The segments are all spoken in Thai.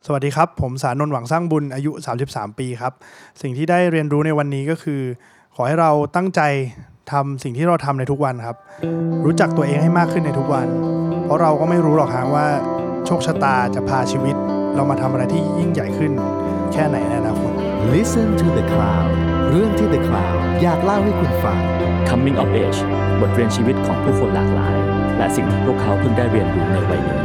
สวัสดีครับผมสานนท์หวังสร้างบุญอายุ33ปีครับสิ่งที่ได้เรียนรู้ในวันนี้ก็คือขอให้เราตั้งใจทำสิ่งที่เราทำในทุกวันครับรู้จักตัวเองให้มากขึ้นในทุกวันเพราะเราก็ไม่รู้หรอกครับว่าโชคชะตาจะพาชีวิตเรามาทำอะไรที่ยิ่งใหญ่ขึ้นแค่ไหนในอนาคต Listen to the Cloud เรื่องที่ The Cloud อยากเล่าให้คุณฟัง Coming of Age บทเรียนชีวิตของผู้คนหลากหลายและสิ่งที่พวกเขาเพิ่งได้เรียนรู้ในวัยนี้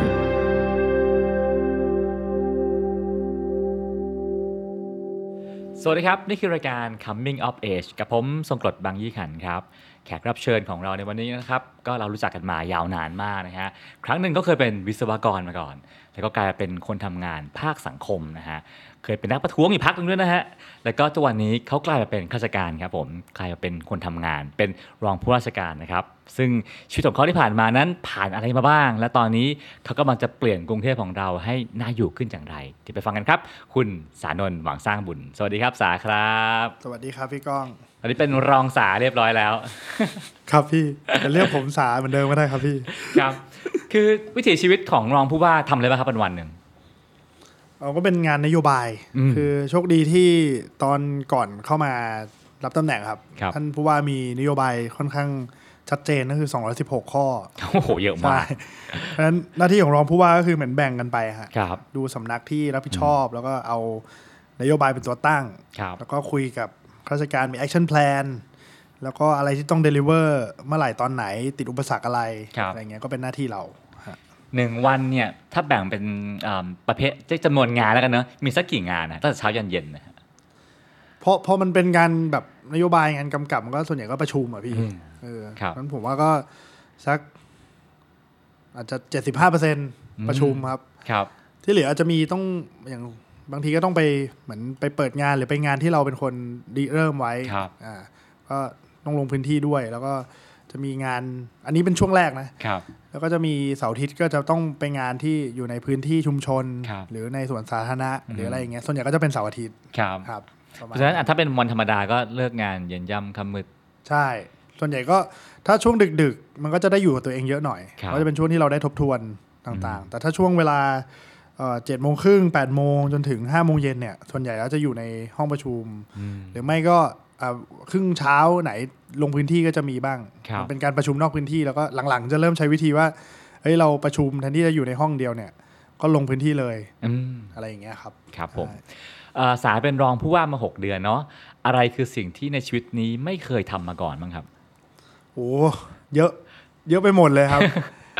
สวัสดีครับนี่คือรายการ Coming of Age กับผมทรงกรดบางยี่ขันครับแขกรับเชิญของเราในวันนี้นะครับก็เรารู้จักกันมายาวนานมากนะฮะครั้งหนึ่งก็เคยเป็นวิศวกรมาก่อนแล้วก็กลายเป็นคนทำงานภาคสังคมนะฮะเคยเป็นนักประท้วงอีกพักนึงด้วยนะฮะแล้วก็ทุกวันนี้เขากลายมาเป็นข้าราชการครับผมกลายมาเป็นคนทำงานเป็นรองผู้ราชการนะครับซึ่งชีวิตของเขาที่ผ่านมานั้นผ่านอะไรมาบ้างและตอนนี้เขากำลังจะเปลี่ยนกรุงเทพของเราให้น่าอยู่ขึ้นอย่างไรที่ไปฟังกันครับคุณสานนท์หวังสร้างบุญสวัสดีครับสาครับสวัสดีครับพี่ก้องอันนี้เป็นรองสาเรียบร้อยแล้วครับพี่จะเรียกผมสาเหมือนเดิมก็ได้ครับพี่ครับคือวิถีชีวิตของรองผู้ว่าทำอะไรบ้างครับวันหนึ่งเราก็เป็นงานนโยบายคือโชคดีที่ตอนก่อนเข้ามารับตำแหน่งครับท่านผู้ว่ามีนโยบายค่อนข้างชัดเจนก็คือ216ข้อโอ้โหเยอะมากเพราะฉะนั้นหน้าที่ของรองผู้ว่าก็คือเหมือนแบ่งกันไปฮะดูสำนักที่รับผิดชอบแล้วก็เอานโยบายเป็นตัวตั้งแล้วก็คุยกับข้าราชการมีแอคชั่นแพลนแล้วก็อะไรที่ต้องเดลิเวอร์เมื่อไหร่ตอนไหนติดอุปสรรคอะไรอะไรเงี้ยก็เป็นหน้าที่เรา 1 วันเนี่ยถ้าแบ่งเป็นประเภทจำนวนงานแล้วกันเนอะมีสักกี่งานนะตั้งแต่เช้ายันเย็นนะเพราะมันเป็นงานแบบนโยบายงานกำกับมันก็ส่วนใหญ่ก็ประชุมอ่ะพี่นั้นผมว่าก็สักอาจจะ 75% ประชุมครับที่เหลืออาจจะมีต้องอย่างบางทีก็ต้องไปเหมือนไปเปิดงานหรือไปงานที่เราเป็นคนเริ่มไว้ก็ต้องลงพื้นที่ด้วยแล้วก็จะมีงานอันนี้เป็นช่วงแรกนะครับแล้วก็จะมีเสาร์อาทิตย์ก็จะต้องไปงานที่อยู่ในพื้นที่ชุมชนหรือในสวนสาธารณะหรืออะไรอย่างเงี้ยส่วนใหญ่ก็จะเป็นเสาร์อาทิตย์ครับเพราะฉะนั้นถ้าเป็นวันธรรมดาก็เลิกงานเย็นย่ำค่ำมืดใช่ส่วนใหญ่ก็ถ้าช่วงดึกๆมันก็จะได้อยู่กับตัวเองเยอะหน่อยก็จะเป็นช่วงที่เราได้ทบทวนต่างๆแต่ถ้าช่วงเวลา7:30 8:00 จนถึง5:00 เย็นเนี่ยส่วนใหญ่แล้วจะอยู่ในห้องประชุมหรือไม่ก็ครึ่งเช้าไหนลงพื้นที่ก็จะมีบ้างเป็นการประชุมนอกพื้นที่แล้วก็หลังๆจะเริ่มใช้วิธีว่าเฮ้ยเราประชุมแทนที่จะอยู่ในห้องเดียวเนี่ยก็ลงพื้นที่เลยอะไรอย่างเงี้ยครับครับผมสายเป็นรองผู้ว่ามา6 เดือนเนาะอะไรคือสิ่งที่ในชีวิตนี้ไม่เคยทำมาก่อนบ้างครับโอ้เยอะไปหมดเลยครับ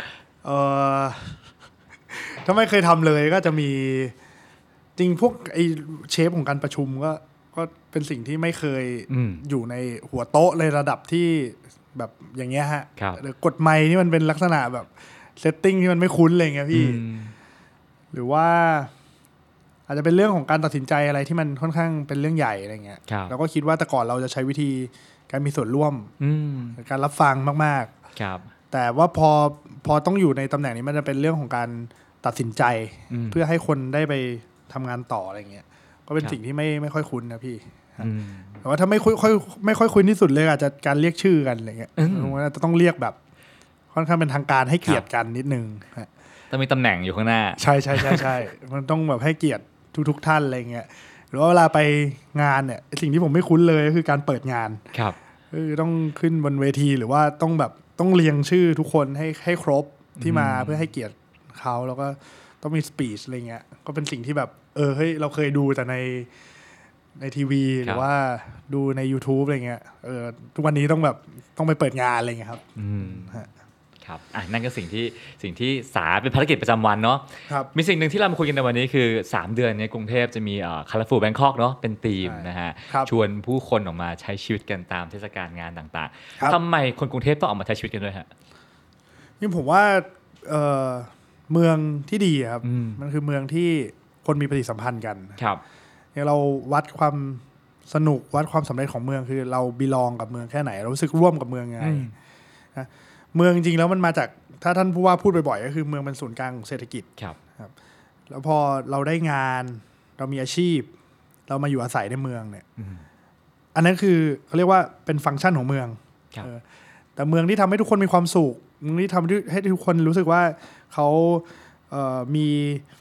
ถ้าไม่เคยทำเลยก็จะมีจริงพวกไอเชฟของการประชุมก็เป็นสิ่งที่ไม่เคยอยู่ในหัวโต๊ะเลยระดับที่แบบอย่างเงี้ยฮะหรือกดไมค์นี่มันเป็นลักษณะแบบเซตติ้งที่มันไม่คุ้นเลยไงพี่หรือว่าอาจจะเป็นเรื่องของการตัดสินใจอะไรที่มันค่อนข้างเป็นเรื่องใหญ่อะไรเงี้ยเราก็คิดว่าแต่ก่อนเราจะใช้วิธีการมีส่วนร่วมการรับฟังมากๆแต่ว่าพอต้องอยู่ในตำแหน่งนี้มันจะเป็นเรื่องของการตัดสินใจเพื่อให้คนได้ไปทำงานต่ออะไรเงี้ยก็เป็นสิ่งที่ไม่ค่อยคุ้นนะพี่แต่ว่าถ้าไม่ค่อยคุ้นที่สุดเลยอาจจะการเรียกชื่อกันอะไรเงี้ยจะต้องเรียกแบบค่อนข้างเป็นทางการให้เกียรติกันนิดนึงต้องมีตำแหน่งอยู่ข้างหน้าใช่มันต้องแบบให้เกียรติทุกท่านอะไรเงี้ยหรือว่าเวลาไปงานเนี่ยสิ่งที่ผมไม่คุ้นเลยก็คือการเปิดงานคือต้องขึ้นบนเวทีหรือว่าต้องเรียงชื่อทุกคนให้ครบที่มาเพื่อให้เกียรติเขาแล้วก็ต้องมีสปีชอะไรเงี้ยก็เป็นสิ่งที่แบบเฮ้ยเราเคยดูแต่ในทีวีหรือว่าดูใน YouTube อะไรเงี้ยทุกวันนี้ต้องไปเปิดงานอะไรเงี้ยครับครับนั่นก็สิ่งที่สาเป็นภารกิจประจำวันเนาะมีสิ่งหนึ่งที่เรามาคุยกันในวันนี้คือ3 เดือนในกรุงเทพจะมีColorful Bangkok เนาะเป็นธีมนะฮะชวนผู้คนออกมาใช้ชีวิตกันตามเทศกาลงานต่างๆทำไมคนกรุงเทพต้องออกมาใช้ชีวิตกันด้วยฮะนี่ผมว่าเมืองที่ดีครับมันคือเมืองที่คนมีปฏิสัมพันธ์กันอย่างเราวัดความสนุกวัดความสำเร็จของเมืองคือเราบิลองกับเมืองแค่ไหนเรารู้สึกร่วมกับเมืองไงนะเมืองจริงๆแล้วมันมาจากถ้าท่านผู้ว่าพูดบ่อยๆก็คือเมืองเป็นศูนย์กลางของเศรษฐกิจครับแล้วพอเราได้งานเรามีอาชีพเรามาอยู่อาศัยในเมืองเนี่ยอันนั้นคือเขาเรียกว่าเป็นฟังก์ชันของเมืองแต่เมืองที่ทำให้ทุกคนมีความสุขเมืองที่ทำให้ทุกคนรู้สึกว่าเขามีค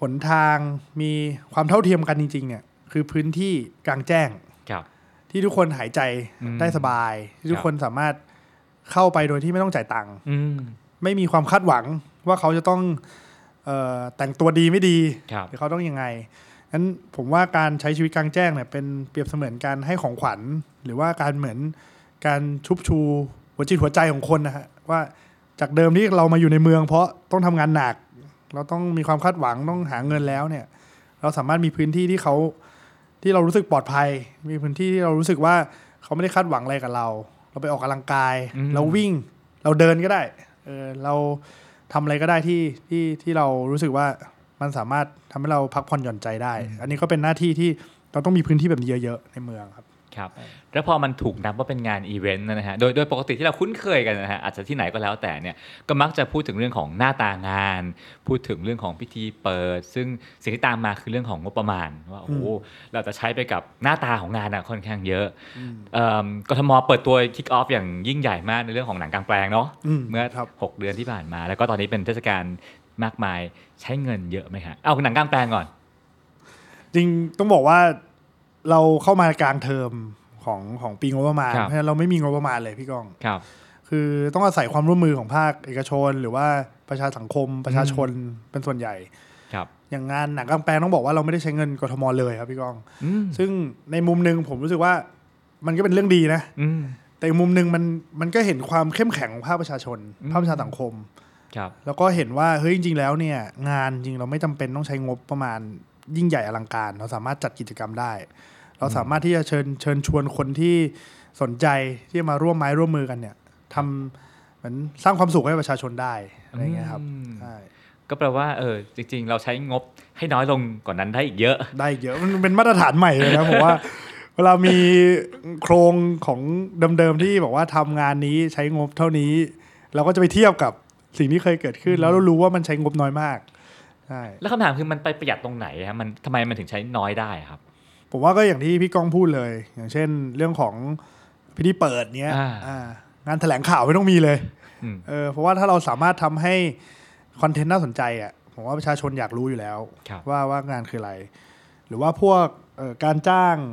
หนทางมีความเท่าเทียมกันจริงๆเนี่ยคือพื้นที่กลางแจ้งที่ทุกคนหายใจได้สบายที่ทุกคนสามารถเข้าไปโดยที่ไม่ต้องจ่ายตังค์ไม่มีความคาดหวังว่าเขาจะต้องแต่งตัวดีไม่ดีหรือเขาต้องยังไงนั้นผมว่าการใช้ชีวิตกลางแจ้งเนี่ยเป็นเปรียบเสมือนการให้ของขวัญหรือว่าการเหมือนการชุบชูหัวจิตหัวใจของคนนะฮะว่าจากเดิมที่เรามาอยู่ในเมืองเพราะต้องทำงานหนักเราต้องมีความคาดหวังต้องหาเงินแล้วเนี่ยเราสามารถมีพื้นที่ที่เรารู้สึกปลอดภัยมีพื้นที่ที่เรารู้สึกว่าเขาไม่ได้คาดหวังอะไรกับเราไปออกกำลังกายเราวิ่งเราเดินก็ได้เราทำอะไรก็ได้ที่เรารู้สึกว่ามันสามารถทำให้เราพักผ่อนหย่อนใจได้อันนี้ก็เป็นหน้าที่ที่เราต้องมีพื้นที่แบบนี้เยอะๆในเมืองครับครับแล้วพอมันถูกนับว่าเป็นงานอีเวนต์นะฮะโดยปกติที่เราคุ้นเคยกันนะฮะอาจจะที่ไหนก็แล้วแต่เนี่ยก็มักจะพูดถึงเรื่องของหน้าตางานพูดถึงเรื่องของพิธีเปิดซึ่งสิ่งที่ตามมาคือเรื่องของงบประมาณว่าโอ้เราจะใช้ไปกับหน้าตาของงานนะค่อนข้างเยอะกทมเปิดตัวคิกออฟอย่างยิ่งใหญ่มากในเรื่องของหนังกลางแปลงเนาะเมื่อ6เดือนที่ผ่านมาแล้วก็ตอนนี้เป็นเทศกาลมากมายใช้เงินเยอะไหมฮะเอาหนังกลางแปลงก่อนจริงต้องบอกว่าเราเข้ามากลางเทอมของปีงบประมาณเพราะฉะนั้นเราไม่มีงบประมาณเลยพี่ก้องคือต้องอาศัยความร่วมมือของภาคเอกชนหรือว่าประชาสังคมประชาชนเป็นส่วนใหญ่อย่างงานหนังกลางแปลงต้องบอกว่าเราไม่ได้ใช้เงินกทมเลยครับพี่ก้องซึ่งในมุมนึงผมรู้สึกว่ามันก็เป็นเรื่องดีนะแต่อีกมุมนึงมันก็เห็นความเข้มแข็งของภาคประชาชนภาคประชาสังคมแล้วก็เห็นว่าเฮ้ยจริงๆแล้วเนี่ยงานจริงเราไม่จำเป็นต้องใช้งบประมาณยิ่งใหญ่อลังการเราสามารถจัดกิจกรรมได้เราสามารถที่จะเชิญชวนคนที่สนใจที่มาร่วมไม้ร่วมมือกันเนี่ยทำเหมือนสร้างความสุขให้ประชาชนได้อะไรเงี้ยครับใช่ก็แปลว่าจริงๆเราใช้งบให้น้อยลงกว่านั้นได้อีกเยอะมันเป็นมาตรฐานใหม่เลยนะผมว่าเวลามีโครงของเดิมๆที่บอกว่าทำงานนี้ใช้งบเท่านี้เราก็จะไปเทียบกับสิ่งที่เคยเกิดขึ้นแล้วเรารู้ว่ามันใช้งบน้อยมากใช่แล้วคำถามคือมันไปประหยัดตรงไหนครับมันทำไมมันถึงใช้น้อยได้ครับผมว่าก็อย่างที่พี่ก้องพูดเลยอย่างเช่นเรื่องของพิธีเปิดเนี้ยงานแถลงข่าวไม่ต้องมีเลยเพราะว่าถ้าเราสามารถทำให้คอนเทนต์น่าสนใจอ่ะผมว่าประชาชนอยากรู้อยู่แล้วว่างานคืออะไรหรือว่าพวกการจ้าง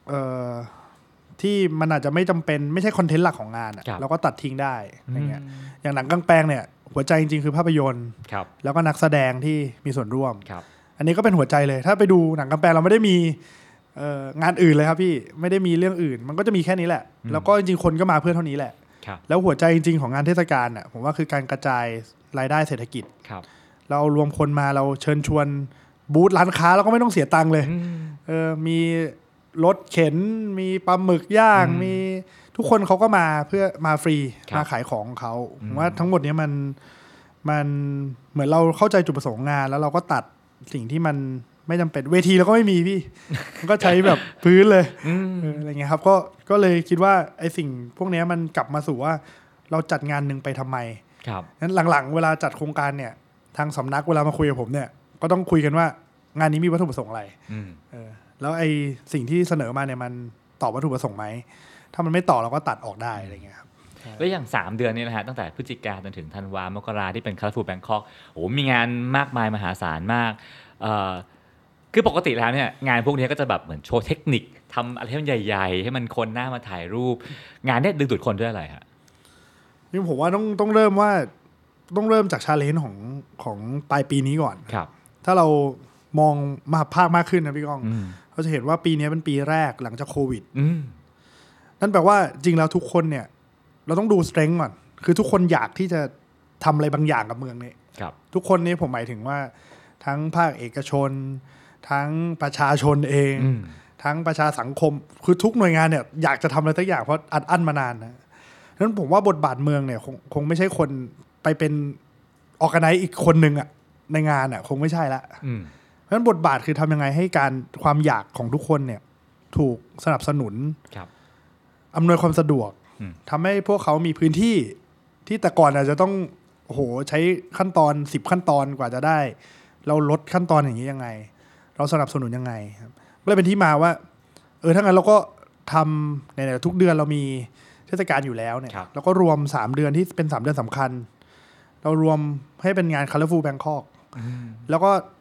ที่มันอาจจะไม่จำเป็นไม่ใช่คอนเทนต์หลักของงานเราก็ตัดทิ้งได้อย่างเงี้ยอย่างหนังกลางแปลงเนี่ยหัวใจจริงๆคือภาพยนตร์แล้วก็นักแสดงที่มีส่วนร่วมอันนี้ก็เป็นหัวใจเลยถ้าไปดูหนังกลางแปลงเราไม่ได้มีงานอื่นเลยครับพี่ไม่ได้มีเรื่องอื่นมันก็จะมีแค่นี้แหละแล้วก็จริงๆคนก็มาเพื่อเท่านี้แหละแล้วหัวใจจริงๆของงานเทศกาลอ่ะผมว่าคือการกระจายรายได้เศรษฐกิจเรารวมคนมาเราเชิญชวนบูธร้านค้าแล้วก็ไม่ต้องเสียตังค์เลยมีรถเข็นมีปลาหมึกย่างมีทุกคนเขาก็มาเพื่อมาฟรีมาขายของเขาผมว่าทั้งหมดนี้มันเหมือนเราเข้าใจจุดประสงค์งานแล้วเราก็ตัดสิ่งที่มันไม่จำเป็นเวทีเราก็ไม่มีพี่มันก็ใช้แบบพื้นเลยอะไรเงี้ยครับก็เลยคิดว่าไอ้สิ่งพวกนี้มันกลับมาสู่ว่าเราจัดงานนึงไปทำไมงั้นหลังๆเวลาจัดโครงการเนี่ยทางสำนักเวลามาคุยกับผมเนี่ยก็ต้องคุยกันว่างานนี้มีวัตถุประสงค์อะไรแล้วไอ้สิ่งที่เสนอมาเนี่ยมันตอบวัตถุประสงค์ไหมถ้ามันไม่ตอบเราก็ตัดออกได้อะไรเงี้ยครับแล้วอย่าง3เดือนนี้นะฮะตั้งแต่พฤศจิกายนจนถึงธันวามกราที่เป็น Colorful Bangkok โอ้มีงานมากมายมหาศาลมากคือปกติแล้วเนี่ยงานพวกนี้ก็จะแบบเหมือนโชว์เทคนิคทำอะไรให้มันใหญ่ๆให้มันคนหน้ามาถ่ายรูปงานนี้ดึงดูดคนด้วยอะไรฮะนี่ผมว่าต้องเริ่มจากชาเลนจ์ของปลายปีนี้ก่อนถ้าเรามองมาภาคมากขึ้นนะพี่ก้องเราจะเห็นว่าปีนี้เป็นปีแรกหลังจากโควิดนั่นแปลว่าจริงแล้วทุกคนเนี่ยเราต้องดูสเตรนท์ก่อนคือทุกคนอยากที่จะทำอะไรบางอย่างกับเมืองนี้ทุกคนนี้ผมหมายถึงว่าทั้งภาคเอกชนทั้งประชาชนเองทั้งประชาสังคมคือทุกหน่วยงานเนี่ยอยากจะทำอะไรสักอย่างเพราะอัดอั้นมานานนะฉะนั้นผมว่าบทบาทเมืองเนี่ยคงไม่ใช่คนไปเป็นออร์แกไนซ์อีกคนนึงอ่ะในงานอ่ะคงไม่ใช่ละเพราะฉะนั้นบทบาทคือทำยังไงให้การความอยากของทุกคนเนี่ยถูกสนับสนุนอำนวยความสะดวกทำให้พวกเขามีพื้นที่ที่แต่ก่อนอาจจะต้องโอ้โหใช้ขั้นตอน10ขั้นตอนกว่าจะได้เราลดขั้นตอนอย่างนี้ยังไงเราสนับสนุนยังไงครับก็เลยเป็นที่มาว่าถ้างั้นเราก็ทำในทุกเดือนเรามีเทศกาลอยู่แล้วเนี่ยเราก็รวม3เดือนที่เป็น3เดือนสำคัญเรารวมให้เป็นงาน Colorful Bangkok แล้วก็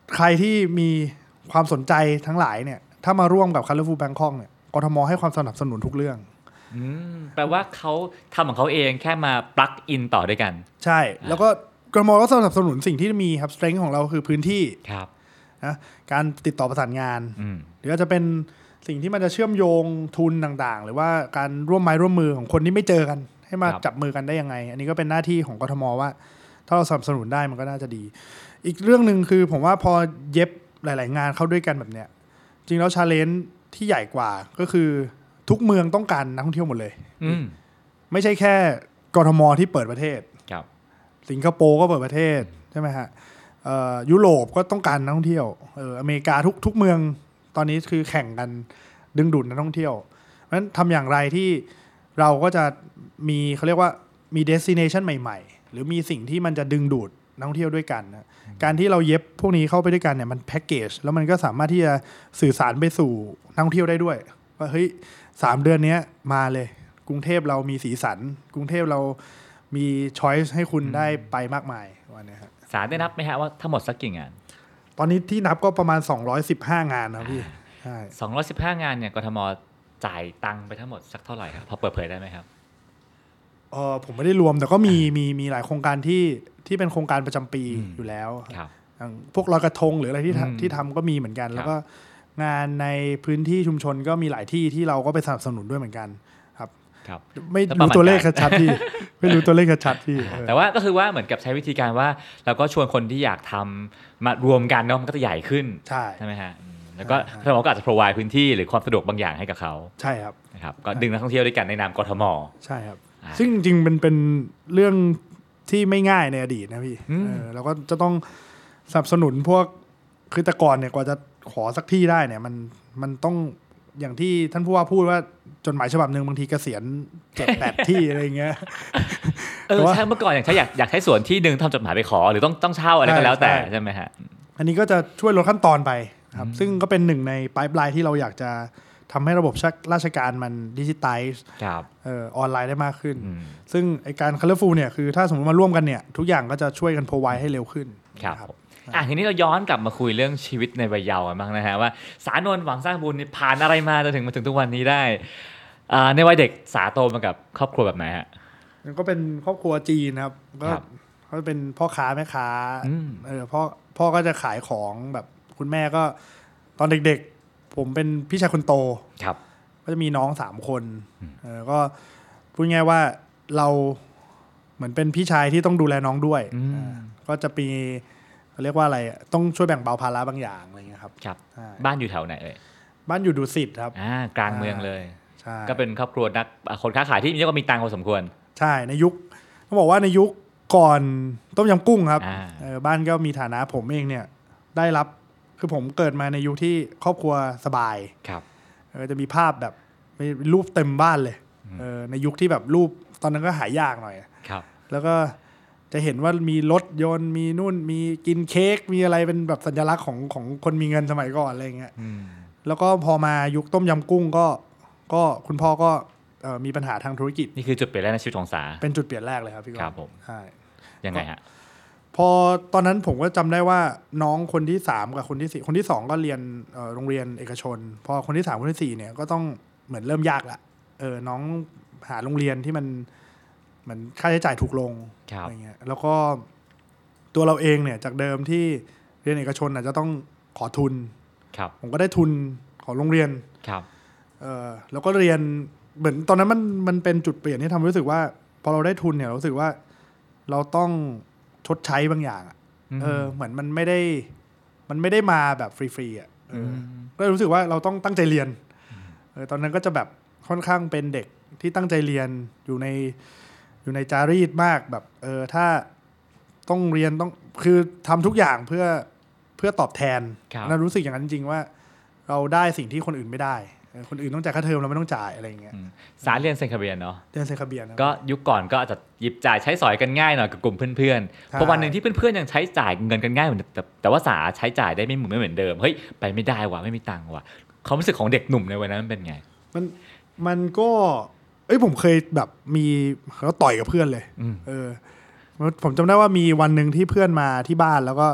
ใครที่มีความสนใจทั้งหลายเนี่ยถ้ามาร่วมกับ Colorful Bangkok เนี่ยกทมให้ความสนับสนุนทุกเรื่องแปลว่าเขาทำของเขาเองแค่มาปลั๊กอินต่อด้วยกันใช่แล้วก็กทมก็สนับสนุนสิ่งที่มีครับ strength ของเราคือพื้นที่นะการติดต่อประสานงานหรืออาจจะเป็นสิ่งที่มันจะเชื่อมโยงทุนต่างๆหรือว่าการร่วมไม้ร่วมมือของคนที่ไม่เจอกันให้มาจับมือกันได้ยังไงอันนี้ก็เป็นหน้าที่ของกทมว่าถ้าเราสนับสนุนได้มันก็น่าจะดีอีกเรื่องนึงคือผมว่าพอเย็บหลายๆงานเข้าด้วยกันแบบเนี้ยจริงแล้ว challenge ที่ใหญ่กว่าก็คือทุกเมืองต้องการนักท่องเที่ยวหมดเลยไม่ใช่แค่กทมที่เปิดประเทศสิงคโปร์ก็เปิดประเทศใช่ไหมฮะยุโรปก็ต้องการนักท่องเที่ยวอเมริกาทุกเมืองตอนนี้คือแข่งกันดึงดูดนักท่องเที่ยวเพราะฉะนั้นทำอย่างไรที่เราก็จะมีเขาเรียกว่ามี destination ใหม่ๆหรือมีสิ่งที่มันจะดึงดูดนักท่องเที่ยวด้วยกันนะการที่เราเย็บพวกนี้เข้าไปด้วยกันเนี่ยมันแพ็กเกจแล้วมันก็สามารถที่จะสื่อสารไปสู่นักท่องเที่ยวได้ด้วยว่าเฮ้ย3 เดือนนี้มาเลยกรุงเทพเรามีสีสันกรุงเทพเรามีช้อยส์ให้คุณได้ไปมากมายวันนี้ครับสารได้นับไหมฮะว่าทั้งหมดสักกี่งานตอนนี้ที่นับก็ประมาณ215งานนะพี่ใช่ 215งานเนี่ยกทมจ่ายตังค์ไปทั้งหมดสักเท่าไหร่ครับพอเปิดเผยได้ไหมครับผมไม่ได้รวมแต่ก็มีหลายโครงการที่เป็นโครงการประจำปีอยู่แล้วอย่างพวกลอยกระทงหรืออะไรที่ทำก็มีเหมือนกันแล้วก็งานในพื้นที่ชุมชนก็มีหลายที่ที่เราก็ไปสนับสนุนด้วยเหมือนกันครับไม่รู้ตัวเลขชัดๆพี่ไม่รู้ตัวเลขชัดๆพี่แต่ว่าก็คือว่าเหมือนกับใช้วิธีการว่าเราก็ชวนคนที่อยากทำมารวมกันเนาะมันก็จะใหญ่ขึ้นใช่ไหมฮะแล้วก็เราก็อาจจะ provide พื้นที่หรือความสะดวกบางอย่างให้กับเขาใช่ครับนะครับก็ดึงนักท่องเที่ยวด้วยกันในนามกทมใช่ครับซึ่งจริงๆเป็นเรื่องที่ไม่ง่ายในอดีตนะพี่เราก็จะต้องสนับสนุนพวกคือแต่ก่อนเนี่ยกว่าจะขอสักที่ได้เนี่ยมันต้องอย่างที่ท่านผู้ว่าพูดว่าจดหมายฉบับนึงบางทีเกษียณ 7-8 ที่อะไรเงี้ยใช่เมื่อก่อนอย่างอยากใช้สวนที่นึงทำจดหมายไปขอหรือต้องเช่าอะไรก็แล้วแต่ใช่ไหมฮะอันนี้ก็จะช่วยลดขั้นตอนไปครับซึ่งก็เป็นหนึ่งในไพป์ไลน์ที่เราอยากจะทำให้ระบบราชการมันดิจิทัลออนไลน์ได้มากขึ้นซึ่งไอการ Colorful เนี่ยคือถ้าสมมติมาร่วมกันเนี่ยทุกอย่างก็จะช่วยกัน provide ให้เร็วขึ้นครับทีนี้เราย้อนกลับมาคุยเรื่องชีวิตในวัยเยาว์กันบ้างนะฮะว่าสานนท์หวังสร้างบุญผ่านอะไรมาจนถึงทุกวันนี้ได้ในวัยเด็กสาโตมากับครอบครัวแบบไหนฮะก็เป็นครอบครัวจีนครับก็เขาเป็นพ่อค้าแม่ค้าพ่อก็จะขายของแบบคุณแม่ก็ตอนเด็กๆผมเป็นพี่ชายคนโตก็จะมีน้อง3คนก็พูดง่ายว่าเราเหมือนเป็นพี่ชายที่ต้องดูแลน้องด้วยก็จะมีเรียกว่าอะไรต้องช่วยแบ่งเบาภาระบางอย่างอะไรเงี้ยครับบ้านอยู่แถวไหนเอ่ยบ้านอยู่ดุสิตครับกลางเมืองเลยก็เป็นครอบครัวนักคนค้าขายที่มีตังค์พอสมควรใช่ในยุคต้องบอกว่าในยุคก่อนต้มยำกุ้งครับบ้านก็มีฐานะผมเองเนี่ยได้รับคือผมเกิดมาในยุคที่ครอบครัวสบายจะมีภาพแบบรูปเต็มบ้านเลยในยุคที่แบบรูปตอนนั้นก็หายากหน่อยแล้วก็จะเห็นว่ามีรถยนต์มีนู่นมีกินเค้กมีอะไรเป็นแบบสัญลักษณ์ของคนมีเงินสมัยก่อนอะไรเงี้ยแล้วก็พอมายุคต้มยำกุ้งก็คุณพ่อก็มีปัญหาทางธุรกิจนี่คือจุดเปลี่ยนแรกในชีวิตของสาเป็นจุดเปลี่ยนแรกเลยครับพี่ครับผมใช่ยังไงฮะพอตอนนั้นผมก็จำได้ว่าน้องคนที่3กับคนที่4คนที่2ก็เรียนโรงเรียนเอกชนพอคนที่3คนที่4เนี่ยก็ต้องเหมือนเริ่มยากละน้องหาโรงเรียนที่มันเหมือนค่าใช้จ่ายถูกลงอะไรเงี้ยแล้วก็ตัวเราเองเนี่ยจากเดิมที่เรียนเอกชนอาจจะต้องขอทุนผมก็ได้ทุนของโรงเรียนแล้วก็เรียนเหมือนตอนนั้นมันเป็นจุดเปลี่ยนที่ทำให้รู้สึกว่าพอเราได้ทุนเนี่ยรู้สึกว่าเราต้องชดใช้บางอย่างเหมือนมันไม่ได้มาแบบฟรีๆก็รู้สึกว่าเราต้องตั้งใจเรียนตอนนั้นก็จะแบบค่อนข้างเป็นเด็กที่ตั้งใจเรียนอยู่ในจารีตมากแบบถ้าต้องเรียนต้องคือทำทุกอย่างเพื่อตอบแทนนะรู้สึกอย่างนั้นจริงๆว่าเราได้สิ่งที่คนอื่นไม่ได้คนอื่นต้องจ่ายค่าเทอมเราไม่ต้องจ่ายอะไรอย่างเงี้ยสาเรียนเซนคาเบียนเนาะเรียนเซนคาเบียนก็ยุคก่อนก็อาจจะหยิบจ่ายใช้สอยกันง่ายหน่อยกับกลุ่มเพื่อนๆพอวันนึงที่เพื่อนๆยังใช้จ่ายเงินกันง่ายเหมือนแต่ว่าสาใช้จ่ายได้ไม่เหมือนเดิมเฮ้ยไปไม่ได้ว่ะไม่มีตังค์ว่ะความรู้สึกของเด็กหนุ่มในวัยนั้นมันเป็นไงมันก็ผมเคยแบบมีเขาต่อยกับเพื่อนเลยผมจำได้ว่ามีวันนึงที่เพื่อนมาที่บ้านแล้วก็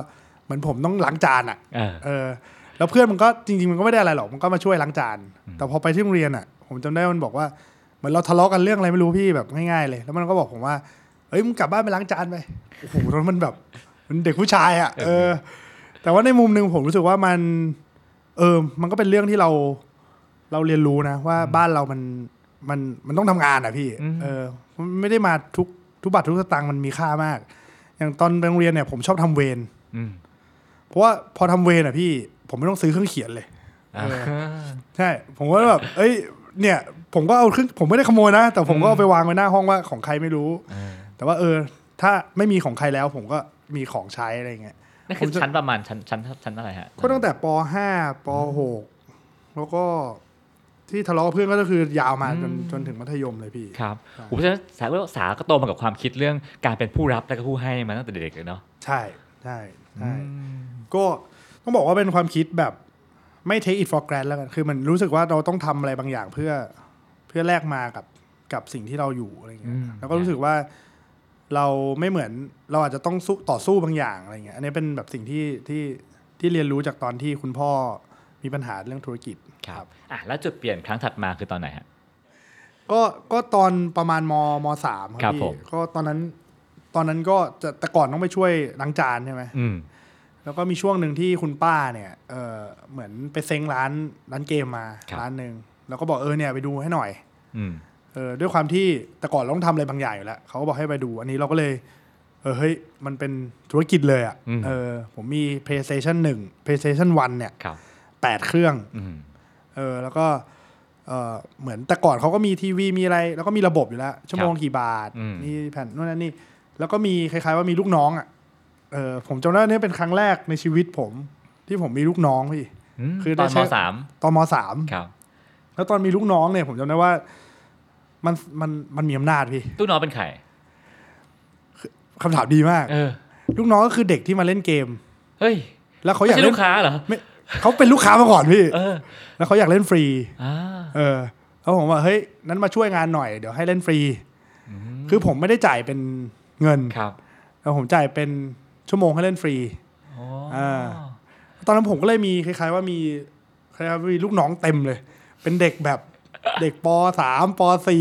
เหมือนผมต้องล้างจานอ่ะแล้วเพื่อนมันก็จริงๆมันก็ไม่ได้อะไรหรอกมันก็มาช่วยล้างจานแต่พอไปที่โรงเรียนอ่ะผมจำได้มันบอกว่าเหมือนเราทะเลาะกันเรื่องอะไรไม่รู้พี่แบบง่ายๆเลยแล้วมันก็บอกผมว่าเอ้ยมึงกลับบ้านไปล้างจานไปโอ้โหตอนนั้นมันแบบมันเด็กผู้ชายอ่ะแต่ว่าในมุมนึงผมรู้สึกว่ามันก็เป็นเรื่องที่เราเรียนรู้นะว่าบ้านเรามันต้องทำงานอ่ะพี่มันไม่ได้มาทุกบาททุกสตางค์มันมีค่ามากอย่างตอนไปโรงเรียนเนี่ยผมชอบทำเวรเพราะว่าพอทำเวรอ่ะพี่ผมไม่ต้องซื้อเครื่องเขียนเลยใช่ผมก็แบบเอ้ยเนี่ยผมก็เอาผมไม่ได้ขโมยนะแต่ผมก็เอาไปวางไว้หน้าห้องว่าของใครไม่รู้แต่ว่าถ้าไม่มีของใครแล้วผมก็มีของใช้อะไรเงี้ยนั่นคือชั้นประมาณชั้นอะไรฮะก็ตั้งแต่ป.5 ป.6 แล้วก็ที่ทะเลาะกับเพื่อนก็คือยาวมาจนถึงมัธยมเลยพี่ครับผมฉะนั้นสาก็โตมากับความคิดเรื่องการเป็นผู้รับและก็ผู้ให้มาตั้งแต่เด็กเลยเนาะใช่ก็ต้องบอกว่าเป็นความคิดแบบไม่ take it for granted แล้วกันคือมันรู้สึกว่าเราต้องทำอะไรบางอย่างเพื่อแลกมากับสิ่งที่เราอยู่อะไรเงี้ยแล้วก็รู้สึกว่าเราไม่เหมือนเราอาจจะต้องต่อสู้บางอย่างอะไรเงี้ยอันนี้เป็นแบบสิ่งที่เรียนรู้จากตอนที่คุณพ่อมีปัญหาเรื่องธุรกิจครับแล้วจุดเปลี่ยนครั้งถัดมาคือตอนไหนฮะก็ตอนประมาณม.3 ครับพี่ก็ตอนนั้นก็จะแต่ก่อนต้องไปช่วยล้างจานใช่ไหมแล้วก็มีช่วงหนึ่งที่คุณป้าเนี่ยเหมือนไปเซ้งร้านเกมมาร้านนึงแล้วก็บอกเนี่ยไปดูให้หน่อยด้วยความที่แต่ก่อนเราต้องทำอะไรบางอย่างอยู่แล้วเขาก็บอกให้ไปดูอันนี้เราก็เลยเฮ้ยมันเป็นธุรกิจเลยอ่ะผมมี PlayStation 1 PlayStation 1เนี่ย8 เครื่องแล้วก็เหมือนแต่ก่อนเขาก็มีทีวีมีอะไรแล้วก็มีระบบอยู่แล้วชั่วโมงกี่บาทมีแผ่นนู่นนั่นนี่แล้วก็มีคล้ายๆว่ามีลูกน้องอ่ะผมจำได้นี่เป็นครั้งแรกในชีวิตผมที่ผมมีลูกน้องพี่คือตอนม.3 ตอนม.3 ครับแล้วตอนมีลูกน้องเนี่ยผมจำได้ว่ามันมีอำนาจพี่ลูกน้องเป็นใครคำถามดีมากลูกน้องก็คือเด็กที่มาเล่นเกมเฮ้ยแล้วเขาอยากเล่นลูกค้าเหรอเขาเป็นลูกค้ามาก่อนพี่แล้วเขาอยากเล่นฟรีแล้วผมว่าเฮ้ยนั้นมาช่วยงานหน่อยเดี๋ยวให้เล่นฟรีคือผมไม่ได้จ่ายเป็นเงินแล้วผมจ่ายเป็นชั่วโมงให้เล่นฟรีตอนนั้นผมก็เลยมีคล้ายๆว่ามีลูกน้องเต็มเลยเป็นเด็กแบบเด็กป.3 ป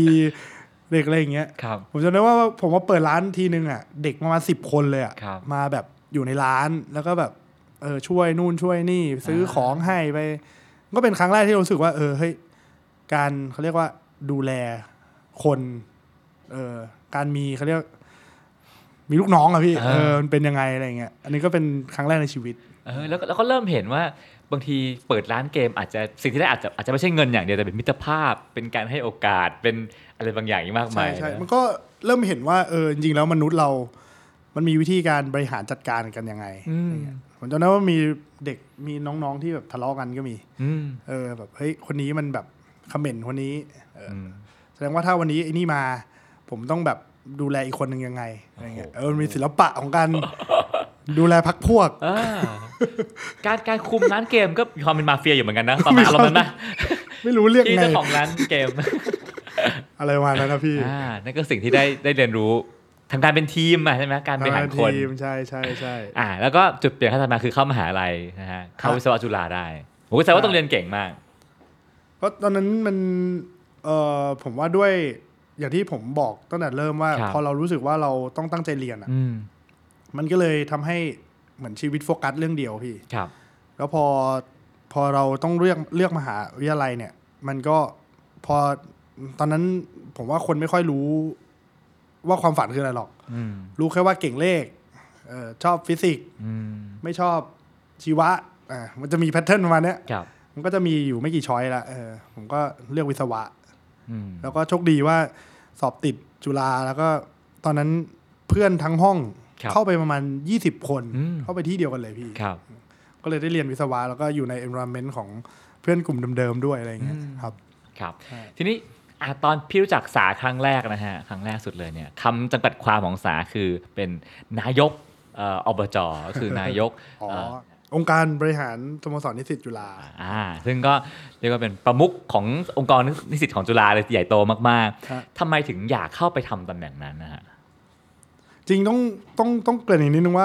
.4 เด็กอะไรอย่างเงี้ยผมจำได้ว่าผมมาเปิดร้านทีนึงอ่ะเด็กประมาณ10 คนเลยอ่ะมาแบบอยู่ในร้านแล้วก็แบบช่วยนู่นช่วยนี่ซื้อของให้ไปก็เป็นครั้งแรกที่รู้สึกว่าเฮ้ยการเขาเรียกว่าดูแลคนการมีเขาเรียกมีลูกน้องอะพี่มันเป็นยังไงอะไรเงี้ยอันนี้ก็เป็นครั้งแรกในชีวิตแล้วก็เริ่มเห็นว่าบางทีเปิดร้านเกมอาจจะสิ่งที่ได้อาจจะไม่ใช่เงินอย่างเดียวแต่เป็นมิตรภาพเป็นการให้โอกาสเป็นอะไรบางอย่างมากมายใช่มันก็เริ่มเห็นว่าจริงๆแล้วมนุษย์เรามันมีวิธีการบริหารจัดการกันยังไงผมจำได้ว่ามีเด็กมีน้องๆที่แบบทะเลาะกันก็มีแบบเฮ้ยคนนี้มันแบบคอมเมนต์คนนี้แสดงว่าถ้าวันนี้ไอ้นี่มาผมต้องแบบดูแลอีกคนนึงยังไงอะไรเงี้ยมันมีศิลปะของการดูแลพรรคพวกการคุมร้านเกมก็มีความเป็นมาเฟียอยู่เหมือนกันนะประมาณอารมณ์นั้นนะไม่รู้เรียกไงที่เจ้าของร้านเกมอะไรประมาณนั้นนะพี่นั่นก็สิ่งที่ได้เรียนรู้ทำการเป็นทีมใช่ไหมการบริหารคนใช่แล้วก็จุดเปลี่ยนขั้นตอนมาคือเข้ามหาลัยนะฮะเข้าวิศวะจุฬาได้โอ้แสดงว่าต้องเรียนเก่งมากเพราะตอนนั้นมันผมว่าด้วยอย่างที่ผมบอกตั้งแต่เริ่มว่าพอเรารู้สึกว่าเราต้องตั้งใจเรียนมันก็เลยทำให้เหมือนชีวิตโฟกัสเรื่องเดียวพี่แล้วพอเราต้องเลือกมหาวิทยาลัยเนี่ยมันก็พอตอนนั้นผมว่าคนไม่ค่อยรู้ว่าความฝันคืออะไรหรอกรู้แค่ว่าเก่งเลขชอบฟิสิกส์ไม่ชอบชีวะมันจะมีแพทเทิร์นประมาณนี้มันก็จะมีอยู่ไม่กี่ช้อยละผมก็เลือกวิศวะแล้วก็โชคดีว่าสอบติดจุฬาแล้วก็ตอนนั้นเพื่อนทั้งห้องเข้าไปประมาณ20 คนเข้าไปที่เดียวกันเลยพี่ก็เลยได้เรียนวิศวะแล้วก็อยู่ใน environment ของเพื่อนกลุ่มเดิมๆด้วยอะไรอย่างเงี้ยครับทีนี้ตอนพี่รู้จักสาครั้งแรกนะฮะครั้งแรกสุดเลยเนี่ยคำจำกัดความของสาคือเป็นนายกอบจ.ก็คือนายกองค์การบริหารสโมสรนิสิตจุฬาซึ่งก็เรียกว่าเป็นประมุขขององค์กรนิสิตของจุฬาเลยใหญ่โตมากๆทำไมถึงอยากเข้าไปทำตำแหน่งนั้นนะฮะจริงต้องเกริ่นอีกนิดนึงว่า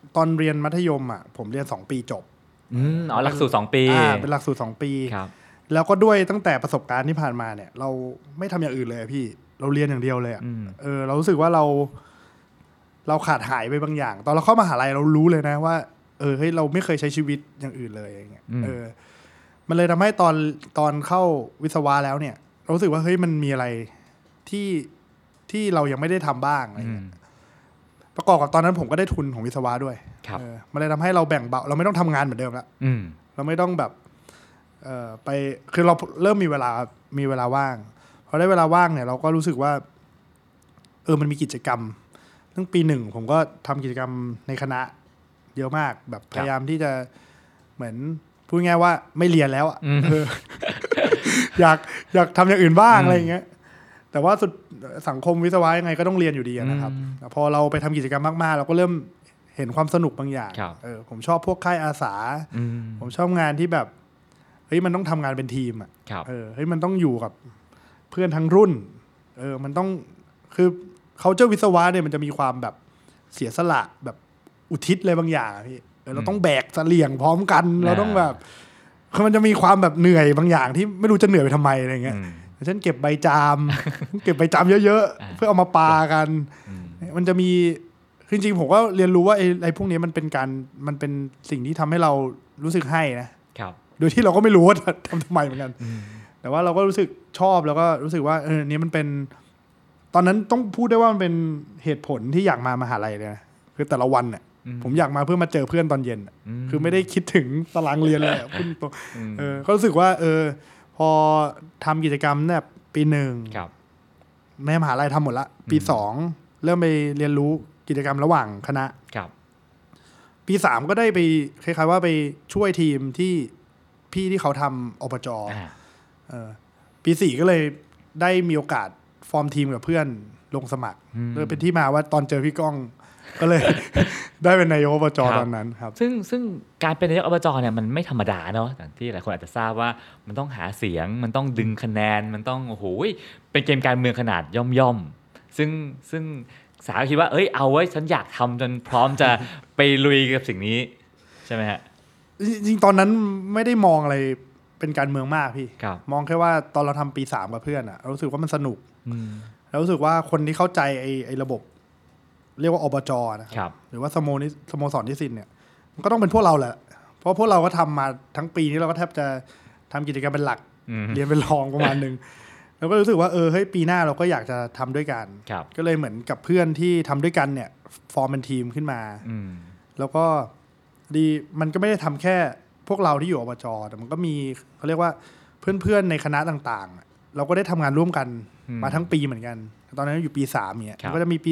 ตอนเรียนมัธยมผมเรียน2 ปีจบหลักสูตร2 ปีเป็นหลักสูตร2 ปีครับแล้วก็ด้วยตั้งแต่ประสบการณ์ที่ผ่านมาเนี่ยเราไม่ทำอย่างอื่นเลยพี่เราเรียนอย่างเดียวเลยเรารู้สึกว่าเราขาดหายไปบางอย่างตอนเราเข้ามหาลัยเรารู้เลยนะว่าเฮ้ยเราไม่เคยใช้ชีวิตอย่างอื่นเลยอย่างเงี้ยมันเลยทำให้ตอนเข้าวิศวะแล้วเนี่ยเรารู้สึกว่าเฮ้ยมันมีอะไรที่เรายังไม่ได้ทำบ้างอะไรเงี้ยประกอบกับตอนนั้นผมก็ได้ทุนของวิศวะด้วยมันเลยทำให้เราแบ่งเบาเราไม่ต้องทำงานเหมือนเดิมแล้วเราไม่ต้องแบบไปคือเราเริ่มมีเวลาว่างพอได้เวลาว่างเนี่ยเราก็รู้สึกว่ามันมีกิจกรรมตั้งปี 1ผมก็ทำกิจกรรมในคณะเยอะมากแบบพยายามที่จะเหมือนพูดง่ายว่าไม่เรียนแล้วอยากทำอย่างอื่นบ้างอะไรอย่างเงี้ยแต่ว่าสุดสังคมวิศวะยังไงก็ต้องเรียนอยู่ดีนะครับพอเราไปทำกิจกรรมมากๆเราก็เริ่มเห็นความสนุกบางอย่างผมชอบพวกค่ายอาสาผมชอบงานที่แบบเฮ้ยมันต้องทำงานเป็นทีมเฮ้ยมันต้องอยู่กับเพื่อนทั้งรุ่นมันต้องคือเขาเจ้าวิศวะเนี่ยมันจะมีความแบบเสียสละแบบอุทิศอะไรบางอย่างพี่เราต้องแบกเสลี่ยงพร้อมกันเราต้องแบบคือมันจะมีความแบบเหนื่อยบางอย่างที่ไม่รู้จะเหนื่อยไปทำไมอะไรเงี้ยฉันเก็บใบจาม เก็บใบจามเยอะๆเพื่อเอามาปากันมันจะมีจริงๆผมก็เรียนรู้ว่าไอ้พวกนี้มันเป็นสิ่งที่ทำให้เรารู้สึกให้นะโดยที่เราก็ไม่รู้ว่าทำไมเหมือนกันแต่ว่าเราก็รู้สึกชอบแล้วก็รู้สึกว่านี่มันเป็นตอนนั้นต้องพูดได้ว่ามันเป็นเหตุผลที่อยากมามหาลัยเลยนะคือแต่ละวันเนี่ยผมอยากมาเพื่อมาเจอเพื่อนตอนเย็นคือไม่ได้คิดถึงตารางเรียนเลยพูดตรงก็รู้สึกว่าพอทำกิจกรรมเนี่ยปี 1แม่มหาลัยทำหมดละปี 2เริ่มไปเรียนรู้กิจกรรมระหว่างคณะปี 3ก็ได้ไปคล้ายๆว่าไปช่วยทีมที่พี่ที่เขาทำอบจ.ปี 4ก็เลยได้มีโอกาสฟอร์มทีมกับเพื่อนลงสมัครเลยเป็นที่มาว่าตอนเจอพี่ก้องก็เลย ได้เป็นนายกอบจ.ตอนนั้นครับซึ่งการเป็นนายกอบจ.เนี่ยมันไม่ธรรมดาเนาะอย่างที่หลายคนอาจจะทราบว่ามันต้องหาเสียงมันต้องดึงคะแนนมันต้องโอ้โหเป็นเกมการเมืองขนาดย่อมซึ่งสาวคิดว่าเอาไว้ฉันอยากทำจนพร้อมจะไปลุยกับสิ่งนี้ใช่ไหมฮะจริงๆตอนนั้นไม่ได้มองอะไรเป็นการเมืองมากพี่มองแค่ว่าตอนเราทำปี 3กับเพื่อนเรารู้สึกว่ามันสนุกแล้วรู้สึกว่าคนที่เข้าใจไอ้ระบบเรียกว่าอบจ.นะครับหรือว่าสโมสรนิสิตเนี่ยมันก็ต้องเป็นพวกเราแหละเพราะพวกเราก็ทำมาทั้งปีนี้เราก็แทบจะทำกิจกรรมเป็นหลักเรียนเป็นรองประมาณนึงแล้วก็รู้สึกว่าเฮ้ยปีหน้าเราก็อยากจะทำด้วยกันก็เลยเหมือนกับเพื่อนที่ทำด้วยกันเนี่ยฟอร์มเป็นทีมขึ้นมาแล้วก็ดีมันก็ไม่ได้ทำแค่พวกเราที่อยู่อบจ.แต่มันก็มีเขาเรียกว่าเพื่อนๆในคณะต่างๆเราก็ได้ทำงานร่วมกันมาทั้งปีเหมือนกันตอนนั้นอยู่ปี 3เนี่ยก็จะมีปี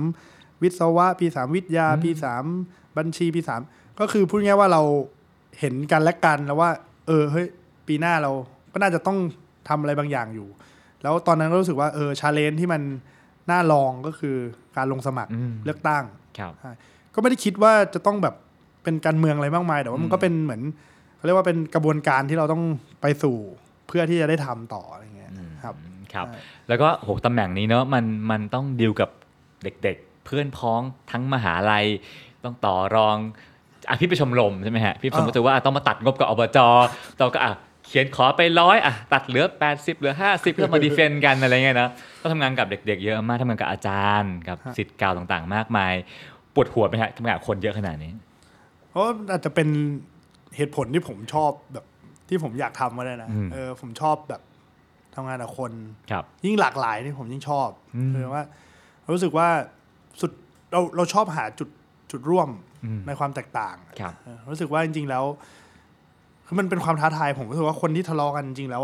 3วิศวะปี3วิทยาปี3บัญชีปี3ก็คือพูดง่ายว่าเราเห็นกันและกันแล้วว่าเฮ้ยปีหน้าเราก็น่าจะต้องทำอะไรบางอย่างอยู่แล้วตอนนั้นก็รู้สึกว่าชาเลนจ์ที่มันน่าลองก็คือการลงสมัครเลือกตั้งก็ไม่ได้คิดว่าจะต้องแบบเป็นการเมืองอะไรมากมายแต่ว่ามันก็เป็นเหมือนเขาเรียกว่าเป็นกระบวนการที่เราต้องไปสู่เพื่อที่จะได้ทำต่ออะไรเงี้ยครับแล้วก็โหตำแหน่งนี้เนอะมันต้องดีลกับเด็กๆเพื่อนพ้องทั้งมหาลัยต้องต่อรองพี่ไปชมรมใช่ไหมฮะพี่ชมรมก็จะว่าต้องมาตัดงบกับอบจ.เราก็เขียนขอไป100ตัดเหลือ80เหลือ50เพื่อมาดีเฟนต์กันอะไรเงี้ยนะก็ทำงานกับเด็กๆเยอะมากทำงานกับอาจารย์กับศิษย์เก่าต่างๆมากมายปวดหัวไหมฮะทำงานกับคนเยอะขนาดนี้เพราะอาจจะเป็นเหตุผลที่ผมชอบแบบที่ผมอยากทำก็ได้นะผมชอบแบบทำงานกับคนยิ่งหลากหลายนี่ผมยิ่งชอบคือว่ารู้สึกว่าสุดเราชอบหาจุดร่วมในความแตกต่างรู้สึกว่าจริงๆแล้วคือมันเป็นความท้าทายผมรู้สึกว่าคนที่ทะเลาะกันจริงๆแล้ว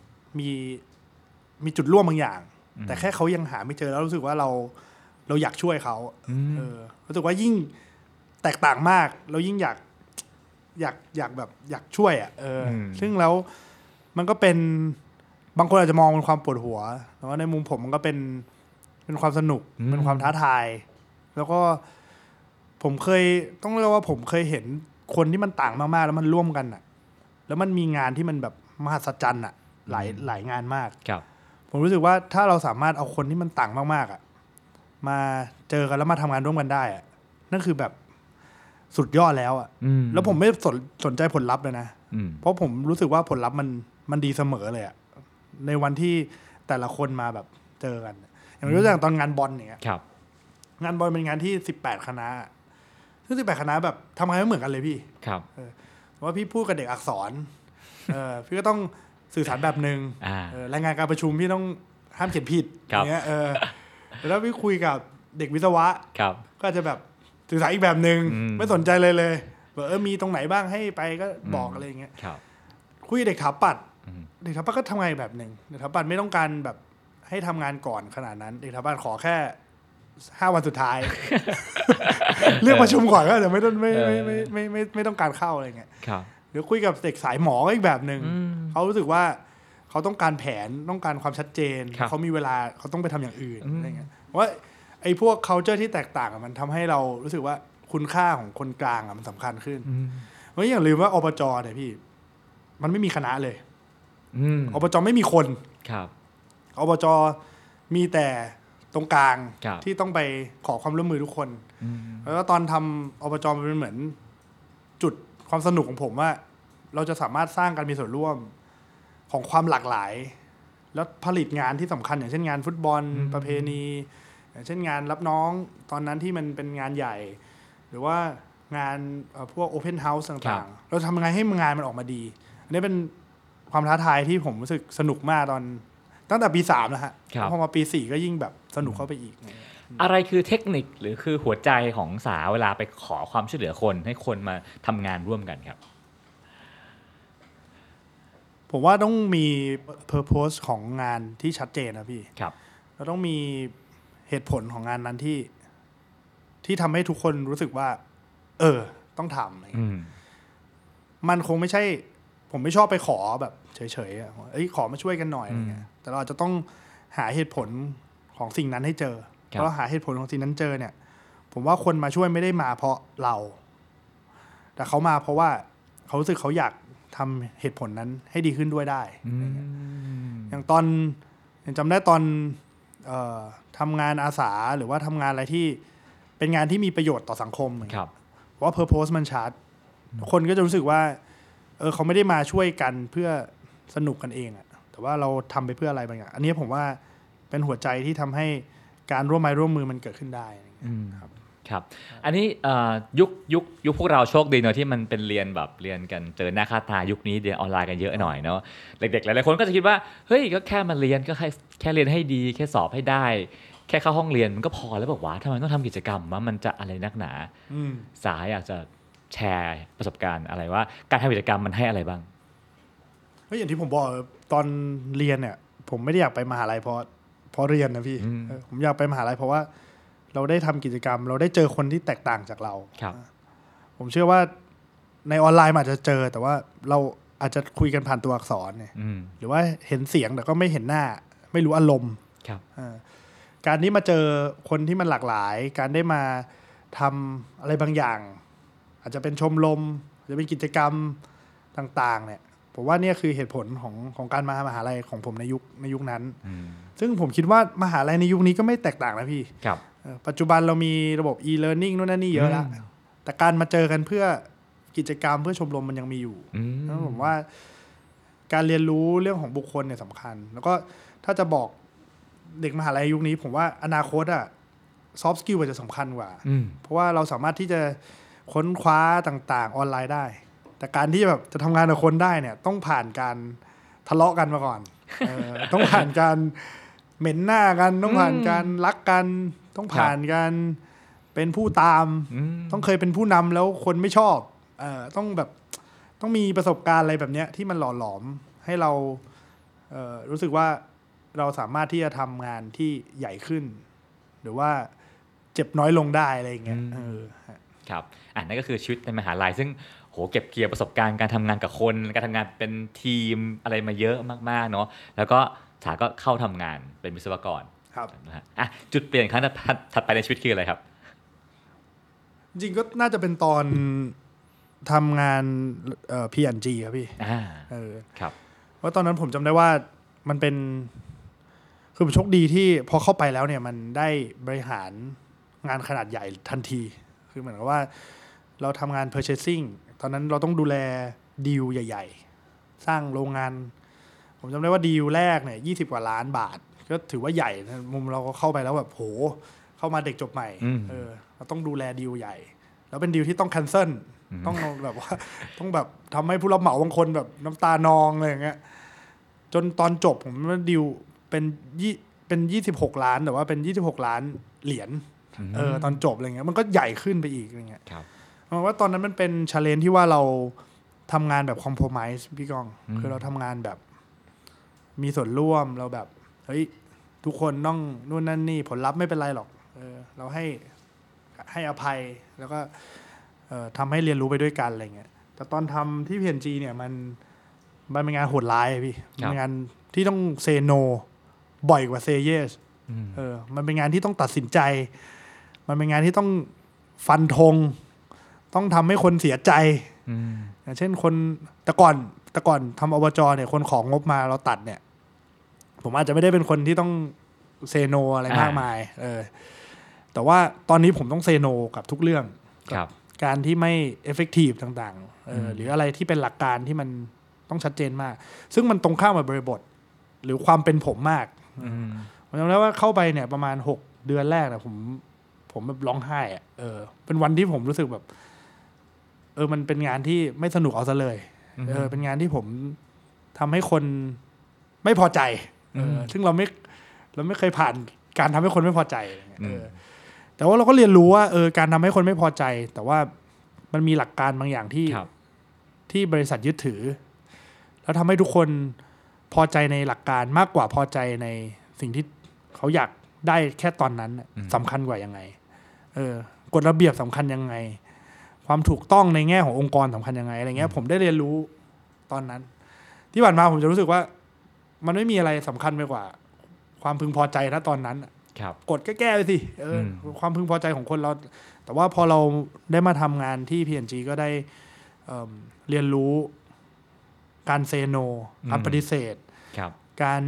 มีจุดร่วมบางอย่างแต่แค่เขายังหาไม่เจอแล้วรู้สึกว่าเราอยากช่วยเขารู้สึกว่ายิ่งแตกต่างมากเรายิ่งอยากแบบอยากช่วยซึ่งแล้วมันก็เป็นบางคนอาจจะมองเป็นความปวดหัวแต่ว่าในมุมผมมันก็เป็นความสนุกเป็นความท้าทายแล้วก็ผมเคยต้องเรียกว่าผมเคยเห็นคนที่มันต่างมากๆแล้วมันร่วมกันแล้วมันมีงานที่มันแบบมหัศจรรย์หลายงานมากผมรู้สึกว่าถ้าเราสามารถเอาคนที่มันต่างมากๆมาเจอกันแล้วมาทำงานร่วมกันได้นั่นคือแบบสุดยอดแล้วอ่ะแล้วผมไม่สนใจผลลัพธ์เลยนะเพราะผมรู้สึกว่าผลลัพธ์มันดีเสมอเลยอ่ะในวันที่แต่ละคนมาแบบเจอกันอย่างยกตัวอย่างตอนงานบอลเนี่ยงานบอลเป็นงานที่18 คณะซึ่ง18 คณะแบบทำงานไม่เหมือนกันเลยพี่ว่าพี่พูดกับเด็กอักษรพี่ก็ต้องสื่อสารแบบนึงรายงานการประชุมพี่ต้องห้ามเขียนผิดอย่างเงี้ยแล้วพี่คุยกับเด็กวิศวะก็จะแบบสื่อสารอีกแบบนึงไม่สนใจเลยแบบมีตรงไหนบ้างให้ไปก็บอกอะไรอย่างเงี้ยคุยเด็กถาปัดเด็กถาปัดก็ทำงานแบบนึงเด็กถาปัดไม่ต้องการแบบให้ทำงานก่อนขนาดนั้นเด็กถาปัดขอแค่5 วันสุดท้ายเรื่องประชุมก่อนก็จะไม่ต้องการเข้าอะไรเงี้ยหรือคุยกับเด็กสายหมอก็อีกแบบนึงเขารู้สึกว่าเขาต้องการแผนต้องการความชัดเจนเขามีเวลาเขาต้องไปทำอย่างอื่นอะไรเงี้ยว่าไอ้พวก culture ที่แตกต่างมันทำให้เรารู้สึกว่าคุณค่าของคนกลางมันสำคัญขึ้นเพราะอย่าลืมว่าอบจเนี่ยพี่มันไม่มีคณะเลยอบจไม่มีคนอบจมีแต่ตรงกลางที่ต้องไปขอความร่วมมือทุกคนแล้วก็ตอนทำอบจมันเป็นเหมือนจุดความสนุกของผมว่าเราจะสามารถสร้างการมีส่วนร่วมของความหลากหลายแล้วผลิตงานที่สำคัญอย่างเช่นงานฟุตบอลประเพณีอย่างเช่นงานรับน้องตอนนั้นที่มันเป็นงานใหญ่หรือว่างานพวก Open House ต่างๆเราทำยังไงให้งานมันออกมาดีอันนี้เป็นความท้าทายที่ผมรู้สึกสนุกมากตั้งแต่ปี3แล้วฮะพอมาปี4ก็ยิ่งแบบสนุกเข้าไปอีกอะไรคือเทคนิคหรือคือหัวใจของสาเวลาไปขอความช่วยเหลือคนให้คนมาทำงานร่วมกันครับผมว่าต้องมี purpose ของงานที่ชัดเจนนะพี่เราต้องมีเหตุผลของงานนั้นที่ทำให้ทุกคนรู้สึกว่าต้องทำมันคงไม่ใช่ผมไม่ชอบไปขอแบบเฉยๆขอมาช่วยกันหน่อยอะไรเงี้ยแต่เราจะต้องหาเหตุผลของสิ่งนั้นให้เจอเพราะหาเหตุผลของสิ่งนั้นเจอเนี่ยผมว่าคนมาช่วยไม่ได้มาเพราะเราแต่เขามาเพราะว่าเขารู้สึกเขาอยากทำเหตุผลนั้นให้ดีขึ้นด้วยได้อย่างจำได้ตอนทำงานอาสาหรือว่าทำงานอะไรที่เป็นงานที่มีประโยชน์ต่อสังคมเพราะว่า purpose มันชัดคนก็จะรู้สึกว่าเขาไม่ได้มาช่วยกันเพื่อสนุกกันเองอะแต่ว่าเราทำไปเพื่ออะไรบางอย่างอันนี้ผมว่าเป็นหัวใจที่ทำให้การร่วมไม้ร่วมมือมันเกิดขึ้นได้ครับอันนี้ยุคพวกเราโชคดีเนอะที่มันเป็นเรียนกันเจอหน้าค่าตายุคนี้เรียนออนไลน์กันเยอะหน่อยเนาะเด็กๆหลายๆคนก็จะคิดว่าเฮ้ยก็แค่มาเรียนก็แค่เรียนให้ดีแค่สอบให้ได้แค่เข้าห้องเรียนมันก็พอแล้วบอกว่าทำไมต้องทำกิจกรรมว่ามันจะอะไรนักหนาสายอยากจะแชร์ประสบการณ์อะไรว่าการทำกิจกรรมมันให้อะไรบ้างอย่างที่ผมบอกตอนเรียนเนี่ยผมไม่ได้อยากไปมหาลัยเพราะเรียนนะพี่ผมอยากไปมหาลัยเพราะว่าเราได้ทำกิจกรรมเราได้เจอคนที่แตกต่างจากเราผมเชื่อว่าในออนไลน์อาจจะเจอแต่ว่าเราอาจจะคุยกันผ่านตัวอักษรเนี่ยหรือว่าเห็นเสียงแต่ก็ไม่เห็นหน้าไม่รู้อารมณ์การที่มาเจอคนที่มันหลากหลายการได้มาทำอะไรบางอย่างอาจจะเป็นชมรมอาจจะเป็นกิจกรรมต่างๆเนี่ยผมว่านี่คือเหตุผลของการมามหาลัยของผมในยุคนั้นซึ่งผมคิดว่ามหาลัยในยุคนี้ก็ไม่แตกต่างนะพี่ปัจจุบันเรามีระบบ e-learning นู่นนั่นนี่เยอะแล้วแต่การมาเจอกันเพื่อกิจกรรมเพื่อชมรมมันยังมีอยู่ผมว่าการเรียนรู้เรื่องของบุคคลเนี่ยสำคัญแล้วก็ถ้าจะบอกเด็กมหาลัยยุคนี้ผมว่าอนาคตsoft skill อาจจะสำคัญกว่าเพราะว่าเราสามารถที่จะค้นคว้าต่างๆออนไลน์ได้แต่การที่แบบจะทำงานกับคนได้เนี่ยต้องผ่านการทะเลาะกันมาก่อนต้องผ่านการเหม็นหน้ากันต้องผ่านการรักกันต้องผ่านการเป็นผู้ตามต้องเคยเป็นผู้นำแล้วคนไม่ชอบต้องมีประสบการณ์อะไรแบบเนี้ยที่มันหล่อหลอมให้เรารู้สึกว่าเราสามารถที่จะทำงานที่ใหญ่ขึ้นหรือว่าเจ็บน้อยลงได้อะไรอย่างเงี้ยครับนั่นก็คือชีวิตในมหาลัยซึ่งโหเก็บเกี่ยวประสบการณ์การทำงานกับคนการทำงานเป็นทีมอะไรมาเยอะมากๆเนาะแล้วก็สาก็เข้าทำงานเป็นวิศวกรครับจุดเปลี่ยนครั้งถัดไปในชีวิตคืออะไรครับจริงก็น่าจะเป็นตอนทำงานP&G ครับพี่ครับเพราะตอนนั้นผมจำได้ว่ามันเป็นคือผมโชคดีที่พอเข้าไปแล้วเนี่ยมันได้บริหารงานขนาดใหญ่ทันทีคือเหมือนกับว่าเราทำงาน purchasing ตอนนั้นเราต้องดูแลดีลใหญ่ๆสร้างโรงงานผมจำได้ว่าดีลแรกเนี่ย20 กว่าล้านบาทก็ถือว่าใหญ่นะมุมเราก็เข้าไปแล้วแบบโหเข้ามาเด็กจบใหม่เราต้องดูแลดีลใหญ่แล้วเป็นดีลที่ต้อง cancel ต้องแบบว่าต้องแบบทำให้ผู้รับเหมาบางคนแบบน้ำตานองอะไรอย่างเงี้ยจนตอนจบผมว่าดีลเป็น26 ล้านแต่ว่าเป็น26 ล้านเหรียญตอนจบอะไรเงี้ยมันก็ใหญ่ขึ้นไปอีกอะไรเงี้ยเพราะว่าตอนนั้นมันเป็น challenge ที่ว่าเราทำงานแบบ compromise พี่กองคือเราทำงานแบบมีส่วนร่วมเราแบบเฮ้ยทุกคนต้องนู่นนั่นนี่ผลลัพธ์ไม่เป็นไรหรอกเราให้อภัยแล้วก็ทำให้เรียนรู้ไปด้วยกันอะไรเงี้ยแต่ตอนทำที่ P&G เนี่ยมันเป็นงานโหดร้ายพี่มันเป็นงานที่ต้อง say no บ่อยกว่า say yes มันเป็นงานที่ต้องตัดสินใจมันเป็นงานที่ต้องฟันธงต้องทำให้คนเสียใจอย่างเช่นคนแต่ก่อนทำอบจเนี่ยคนของงบมาเราตัดเนี่ยผมอาจจะไม่ได้เป็นคนที่ต้องเซโนอะไรมากมายแต่ว่าตอนนี้ผมต้องเซโนกับทุกเรื่องการที่ไม่ effective ต่างๆหรืออะไรที่เป็นหลักการที่มันต้องชัดเจนมากซึ่งมันตรงข้ามกับบริบทหรือความเป็นผมมากผมจำได้ว่าเข้าไปเนี่ยประมาณ6 เดือนแรกนะผมแบบร้องไห้อ่ะเป็นวันที่ผมรู้สึกแบบมันเป็นงานที่ไม่สนุกเอาซะเลยเป็นงานที่ผมทำให้คนไม่พอใจซึ่งเราไม่เคยผ่านการทำให้คนไม่พอใจแต่ว่าเราก็เรียนรู้ว่าการทำให้คนไม่พอใจแต่ว่ามันมีหลักการบางอย่างที่บริษัทยึดถือแล้วทำให้ทุกคนพอใจในหลักการมากกว่าพอใจในสิ่งที่เขาอยากได้แค่ตอนนั้นสำคัญกว่ายังไงกฎระเบียบสำคัญยังไงความถูกต้องในแง่ขององค์กรสำคัญยังไงอะไรเงี้ยผมได้เรียนรู้ตอนนั้นที่ผ่านมาผมจะรู้สึกว่ามันไม่มีอะไรสำคัญไปกว่าความพึงพอใจณตอนนั้นกฎก็แก้ไปสิความพึงพอใจของคนเราแต่ว่าพอเราได้มาทำงานที่ P&G ก็ได้เรียนรู้การเซโนการปฏิเสธการ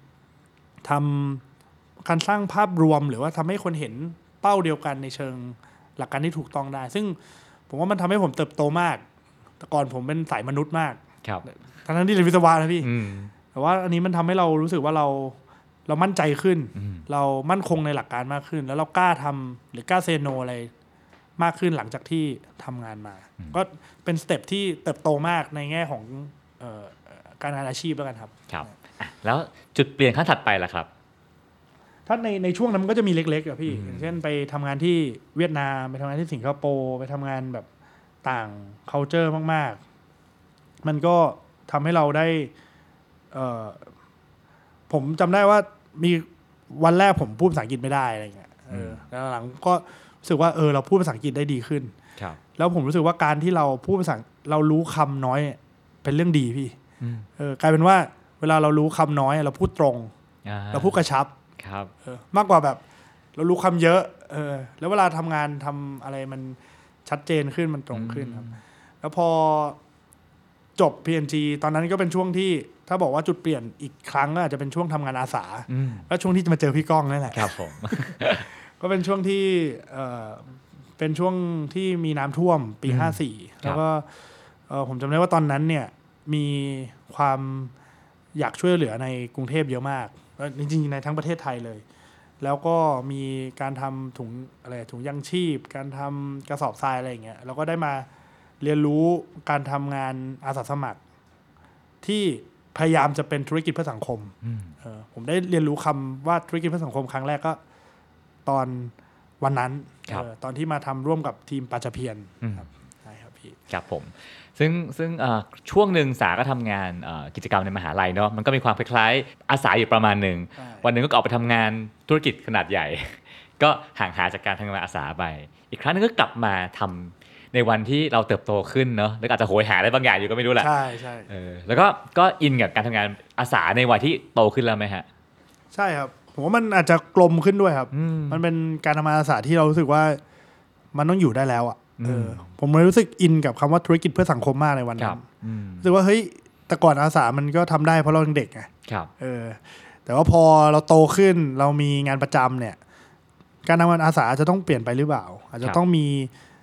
สร้างภาพรวมหรือว่าทำให้คนเห็นเป้าเดียวกันในเชิงหลักการที่ถูกต้องได้ซึ่งผมว่ามันทำให้ผมเติบโตมากแต่ก่อนผมเป็นสายมนุษย์มากทั้งที่เรียนวิศวะนะพี่แต่ว่าอันนี้มันทำให้เรารู้สึกว่าเรามั่นใจขึ้นเรามั่นคงในหลักการมากขึ้นแล้วเรากล้าทำหรือกล้าเซโนอะไรมากขึ้นหลังจากที่ทำงานมาก็เป็นสเต็ปที่เติบโตมากในแง่ของการงานอาชีพแล้วกันครับแล้วจุดเปลี่ยนขั้นถัดไปล่ะครับถ้าในช่วงนั้นมันก็จะมีเล็กๆอ่ะพี่อย่างเช่นไปทำงานที่เวียดนามไปทำงานที่สิงคโปร์ไปทำงานแบบต่าง culture มากๆมันก็ทำให้เราได้ผมจำได้ว่ามีวันแรกผมพูดภาษาอังกฤษไม่ได้อะไรเงี้ยแล้วหลังก็รู้สึกว่าเราพูดภาษาอังกฤษได้ดีขึ้นแล้วผมรู้สึกว่าการที่เราพูดภาษาเรารู้คำน้อยเป็นเรื่องดีพี่กลายเป็นว่าเวลาเรารู้คำน้อยเราพูดตรงเราพูดกระชับมากกว่าแบบเรารู้คำเยอะแล้วเวลาทำงานทำอะไรมันชัดเจนขึ้นมันตรงขึ้นครับแล้วพอจบ P&G ตอนนั้นก็เป็นช่วงที่ถ้าบอกว่าจุดเปลี่ยนอีกครั้งก็อาจจะเป็นช่วงทำงานอาสาแล้วช่วงที่จะมาเจอพี่ก้องนั่นแหละครับผมก็เป็นช่วงที่เป็นช่วงที่มีน้ำท่วมปี54แล้วก็ผมจำได้ว่าตอนนั้นเนี่ยมีความอยากช่วยเหลือในกรุงเทพเยอะมากจริงๆในทั้งประเทศไทยเลยแล้วก็มีการทำถุงยังชีพการทำกระสอบทรายอะไรอย่างเงี้ยเราก็ได้มาเรียนรู้การทำงานอาสาสมัครที่พยายามจะเป็นธุรกิจเพื่อสังคมผมได้เรียนรู้คำว่าธุรกิจเพื่อสังคมครั้งแรกก็ตอนวันนั้นตอนที่มาทำร่วมกับทีมปาจเพียรครับใช่ครับพี่ครับผมซึ่งช่วงหนึ่งสาก็ทำงานกิจกรรมในมหาลัยเนาะมันก็มีความคล้ายๆอาสาอยู่ประมาณหนึ่งวันหนึ่งก็ออกไปทำงานธุรกิจขนาดใหญ่ ก็ห่างหายจากการทำงานอาสาไปอีกครั้งนึงก็กลับมาทำในวันที่เราเติบโตขึ้นเนาะแล้วอาจจะโหยหาอะไรบางอย่างอยู่ก็ไม่รู้แหละใช่ใช่แล้วก็อินกับการทำงานอาสาในวัยที่โตขึ้นแล้วไหมฮะใช่ครับผมว่ามันอาจจะกลมขึ้นด้วยครับมันเป็นการทำงานอาสาที่เรารู้สึกว่ามันต้องอยู่ได้แล้วอ่ะผมเลยรู้สึกอินกับคำว่าธุรกิจเพื่อสังคมมากในวันนั้นรู้สึกว่าเฮ้ยแต่ก่อนอาสามันก็ทำได้เพราะเรายังเด็กไงแต่ว่าพอเราโตขึ้นเรามีงานประจำเนี่ยการทำงานอาสาจะต้องเปลี่ยนไปหรือเปล่าอาจจะต้องมีผ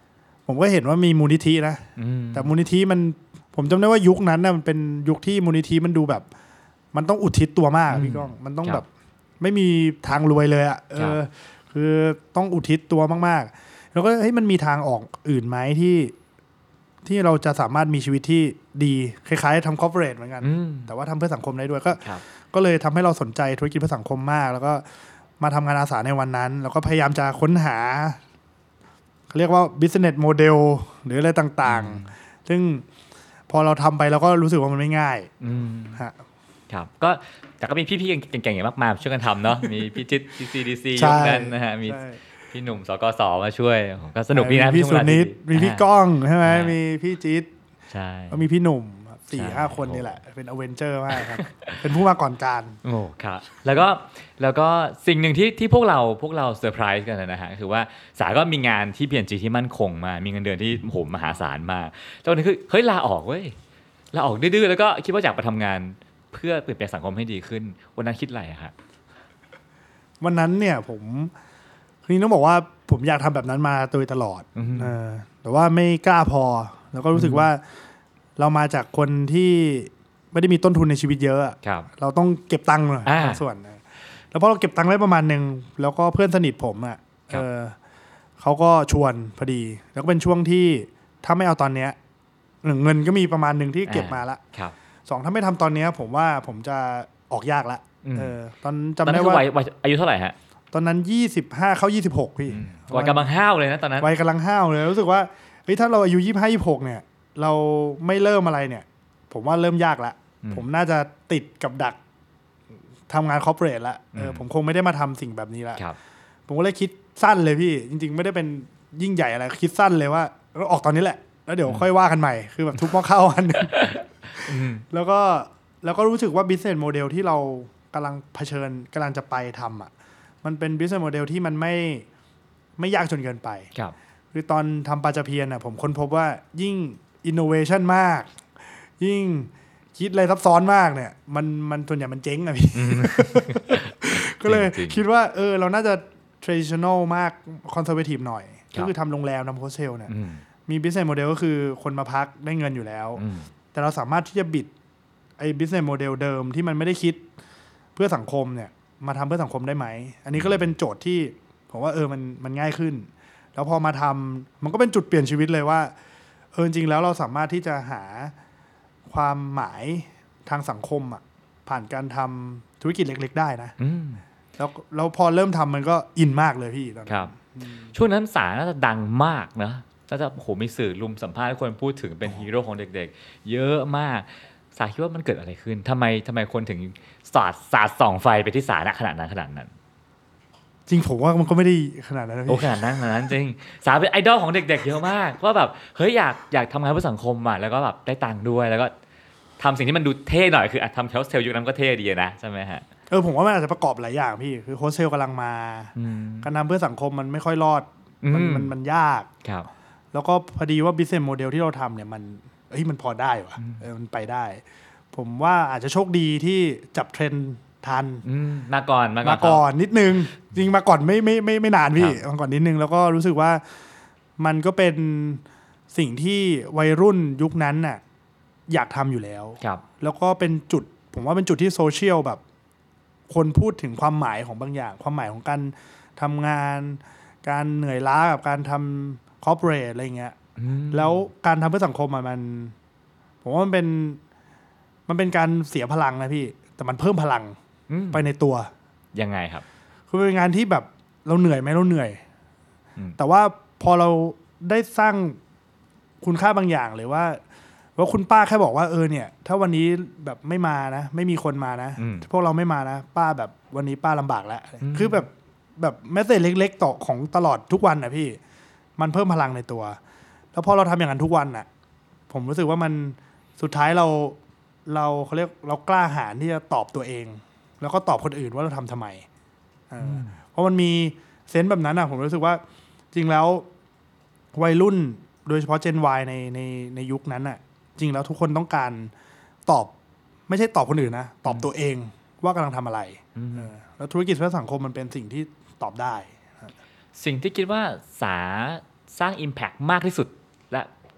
ผมก็เห็นว่ามีมูลนิธินะแต่มูลนิธิผมจำได้ว่ายุคนั้นนะมันเป็นยุคที่มูลนิธิมันดูแบบมันต้องอุทิศตัวมากพี่ก้องมันต้องแบบไม่มีทางรวยเลยอ่ะคือต้องอุทิศตัวมากๆแล้วก็เฮ้ยมันมีทางออกอื่นไหมที่เราจะสามารถมีชีวิตที่ดีคล้ายๆทำคอร์ปอเรทเหมือนกันแต่ว่าทำเพื่อสังคมได้ด้วยก็เลยทำให้เราสนใจธุรกิจเพื่อสังคมมากแล้วก็มาทำงานอาสาในวันนั้นแล้วก็พยายามจะค้นหาเขาเรียกว่า business model หรืออะไรต่างๆซึ่งพอเราทำไปเราก็รู้สึกว่ามันไม่ง่ายครับก็แต่ก็มีพี่ๆเก่งๆอย่างมากมายช่วยกันทำเนาะมีพี่จิต CCDC ยกนั้นนะฮะมีพี่หนุ่มสกสมาช่วยก็สนุกดีนะพี่สุนิตมีพี่ก้องใช่ไหมมีพี่จิตใช่ก็มีพี่หนุ่ม 4-5 คนนี่แหละเป็นอเวนเจอร์มากครับเป็นผู้มาก่อนการโอ้ครับแล้วก็สิ่งหนึ่งที่พวกเราเซอร์ไพรส์กันนะฮะคือว่าสาก็มีงานที่ P&G ที่มั่นคงมามีเงินเดือนที่โหมหาศาลมากตอนนี้คือเฮ้ยลาออกเว้ยลาออกดื้อๆแล้วก็คิดว่าอยากไปทำงานเพื่อเปลี่ยนแปลงสังคมให้ดีขึ้นวันนั้นคิดอะไรอะครับวันนั้นเนี่ยผมคือต้องบอกว่าผมอยากทำแบบนั้นมาโดยตลอดแต่ว่าไม่กล้าพอแล้วก็รู้สึกว่าเรามาจากคนที่ไม่ได้มีต้นทุนในชีวิตเยอะเราต้องเก็บตังค์บางส่วนแล้วพอเราเก็บตังค์ได้ประมาณนึงแล้วก็เพื่อนสนิทผมเขาก็ชวนพอดีแล้วก็เป็นช่วงที่ถ้าไม่เอาตอนเนี้ยเงินก็มีประมาณนึงที่เก็บมาละสองถ้าไม่ทำตอนนี้ผมว่าผมจะออกยากละตอนจำได้ว่าอายุเท่าไหร่ฮะตอนนั้น25เข้า26พี่วัยกำลังห้าวเลยนะตอนนั้นวัยกำลังห้าวเลยรู้สึกว่าเฮ้ยถ้าเราอายุ25-26เนี่ยเราไม่เริ่มอะไรเนี่ยผมว่าเริ่มยากละผมน่าจะติดกับดักทำงานคอร์ปอเรทละผมคงไม่ได้มาทำสิ่งแบบนี้ละผมก็เลยคิดสั้นเลยพี่จริงๆไม่ได้เป็นยิ่งใหญ่อะไรคิดสั้นเลยว่าเราออกตอนนี้แหละแล้วเดี๋ยวค่อยว่ากันใหม่คือแบบทุบหม้อข้าวอันนึงแล้วก็รู้สึกว่า business model ที่เรากำลังเผชิญกำลังจะไปทำอ่ะมันเป็น business model ที่มันไม่ยากจนเกินไปคือตอนทำปลาจะเพียนอ่ะผมค้นพบว่ายิ่ง innovation มากยิ่งคิดอะไรซับซ้อนมากเนี่ยมันส่วนใหญ่มันเจ๊งอ่ะพี่ ก็เลยคิดว่าเราน่าจะ traditional มาก conservative หน่อยก็คือทำโรงแรมทำโฮสเทลเนี่ยมี business model ก็คือคนมาพักได้เงินอยู่แล้วแต่เราสามารถที่จะบิดไอ้ business model เดิมที่มันไม่ได้คิดเพื่อสังคมเนี่ยมาทำเพื่อสังคมได้ไหมอันนี้ก็เลยเป็นโจทย์ที่ผมว่ามันง่ายขึ้นแล้วพอมาทำมันก็เป็นจุดเปลี่ยนชีวิตเลยว่าจริงๆแล้วเราสามารถที่จะหาความหมายทางสังคมอ่ะผ่านการทำธุรกิจเล็กๆได้นะแล้วพอเริ่มทำมันก็อินมากเลยพี่ตอนนั้นช่วงนั้นสารน่าจะดังมากนะน่าจะโหมีสื่อรุมสัมภาษณ์คนพูดถึงเป็นฮีโร่ของเด็กๆเยอะมากสาคิดว่ามันเกิดอะไรขึ้นทำไมคนถึงสาดส่องไฟไปที่สารขนาดนั้นจริงผมว่ามันก็ไม่ได้ขนาดนั้นนะพี่ขนาดนั้นจริงสาเป็นไอดอลของเด็กๆเยอะมากว่าแบบเฮ้ยอยากทำงานเพื่อสังคมอ่ะแล้วก็แบบได้ตังค์ด้วยแล้วก็ทำสิ่งที่มันดูเท่หน่อยคือทำโฮสเทลยุคนั้นก็เท่ดีนะใช่ไหมฮะผมว่ามันอาจจะประกอบหลายอย่างพี่คือโฮสเทลกำลังมาการทำเพื่อสังคมมันไม่ค่อยรอดมันยากแล้วก็พอดีว่า business model ที่เราทำเนี่ยมันพอได้วะมันไปได้ผมว่าอาจจะโชคดีที่จับเทรนด์ทันมาก่อนนิดนึงจริงมาก่อนไม่นานพี่มาก่อนนิดนึงแล้วก็รู้สึกว่ามันก็เป็นสิ่งที่วัยรุ่นยุคนั้นน่ะอยากทำอยู่แล้วแล้วก็เป็นจุดผมว่าเป็นจุดที่โซเชียลแบบคนพูดถึงความหมายของบางอย่างความหมายของการทำงานการเหนื่อยล้ากับการทำคอร์ปอเรทอะไรเงี้ยแล้วการทำเพื่อสังคมผมว่ามันเป็นการเสียพลังนะพี่แต่มันเพิ่มพลังไปในตัวยังไงครับคือเป็นงานที่แบบเราเหนื่อยไหมเราเหนื่อยแต่ว่าพอเราได้สร้างคุณค่าบางอย่างเลยว่าคุณป้าแค่บอกว่าเนี่ยถ้าวันนี้แบบไม่มานะไม่มีคนมานะพวกเราไม่มานะป้าแบบวันนี้ป้าลำบากแล้วคือแบบแม้แต่เล็กๆต่อของตลอดทุกวันนะพี่มันเพิ่มพลังในตัวแล้วพอเราทำอย่างนั้นทุกวันน่ะผมรู้สึกว่ามันสุดท้ายเขาเรียกเรากล้าหาญที่จะตอบตัวเองแล้วก็ตอบคนอื่นว่าเราทำไมเพราะมันมีเซนส์แบบนั้นอ่ะผมรู้สึกว่าจริงแล้ววัยรุ่นโดยเฉพาะ Gen Y ในยุคนั้นอ่ะจริงแล้วทุกคนต้องการตอบไม่ใช่ตอบคนอื่นนะตอบตัวเองว่ากำลังทำอะไรแล้วธุรกิจเพื่อสังคมมันเป็นสิ่งที่ตอบได้สิ่งที่คิดว่าสร้าง impact มากที่สุด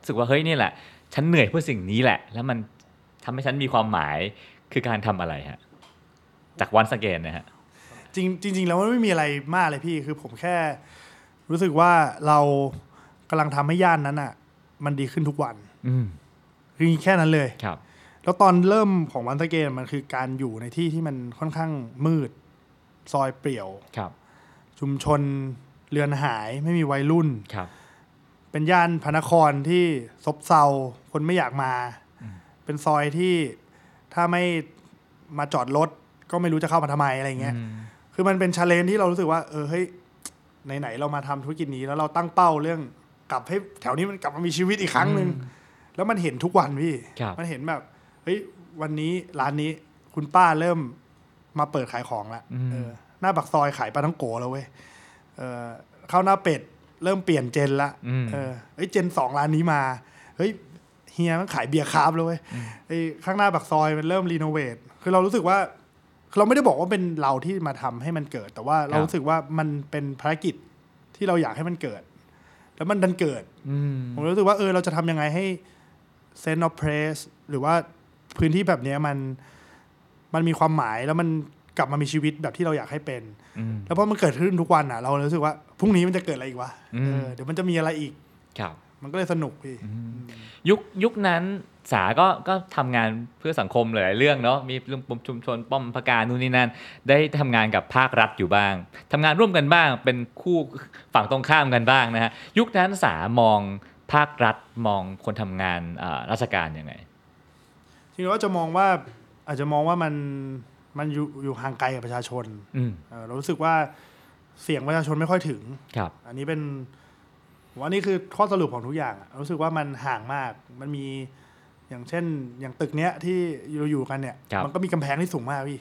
รู้สึกว่าเฮ้ยนี่แหละฉันเหนื่อยเพื่อสิ่งนี้แหละแล้วมันทำให้ฉันมีความหมายคือการทำอะไรฮะจากวันสเกนนะฮะจริงแล้วมันไม่มีอะไรมากเลยพี่คือผมแค่รู้สึกว่าเรากำลังทำให้ย่านนั้นอ่ะมันดีขึ้นทุกวันคือแค่นั้นเลยครับแล้วตอนเริ่มของวันสเกนมันคือการอยู่ในที่ที่มันค่อนข้างมืดซอยเปลี่ยวชุมชนเรือนหายไม่มีวัยรุ่นเป็นย่านพระนครที่ซบเซาคนไม่อยากมาเป็นซอยที่ถ้าไม่มาจอดรถก็ไม่รู้จะเข้ามาทำไมอะไรเงี้ยคือมันเป็น challenge ที่เรารู้สึกว่าเฮ้ยไหนๆเรามาทำธุรกิจนี้แล้วเราตั้งเป้าเรื่องกลับให้แถวนี้มันกลับมามีชีวิตอีกครั้งนึงแล้วมันเห็นทุกวันพี่มันเห็นแบบเฮ้ยวันนี้ร้านนี้คุณป้าเริ่มมาเปิดขายของละหน้าปากซอยขายปลาท่องโกแล้วเว้ยข้าวหน้าเป็ดเริ่มเปลี่ยนเจนละเจน2ร้านนี้มาเฮ้ยเฮียมันขายเบียร์คราฟเลยเว้ยข้างหน้าปากซอยมันเริ่มรีโนเวทคือเรารู้สึกว่าเราไม่ได้บอกว่าเป็นเราที่มาทำให้มันเกิดแต่ว่าเรารู้สึกว่ามันเป็นภารกิจที่เราอยากให้มันเกิดแล้วมันดันเกิดผมรู้สึกว่าเราจะทำยังไงให้ sense of place หรือว่าพื้นที่แบบนี้มันมีความหมายแล้วมันกลับมามีชีวิตแบบที่เราอยากให้เป็นแล้วพอมันเกิดขึ้นทุกวันอ่ะเรารู้สึกว่าพรุ่งนี้มันจะเกิดอะไรอีกวะเดี๋ยวมันจะมีอะไรอีกมันก็เลยสนุกพี่ยุคนั้นสาก็ทำงานเพื่อสังคมหลายเรื่องเนาะมีเรื่องชุมชนป้อมพการนู่นนี่นั่นได้ทำงานกับภาครัฐอยู่บ้างทำงานร่วมกันบ้างเป็นคู่ฝั่งตรงข้ามกันบ้างนะฮะยุคนั้นสามองภาครัฐมองคนทำงานราชการยังไงจริงๆว่าจะมองว่าอาจจะมองว่ามันอยู่ห่างไกลกับประชาชนเรารู้สึกว่าเสียงประชาชนไม่ค่อยถึงอันนี้เป็นว่านี่คือข้อสรุปของทุกอย่างรู้สึกว่ามันห่างมากมันมีอย่างเช่นอย่างตึกเนี้ยที่เราอยู่กันเนี่ยมันก็มีกำแพงที่สูงมากพี่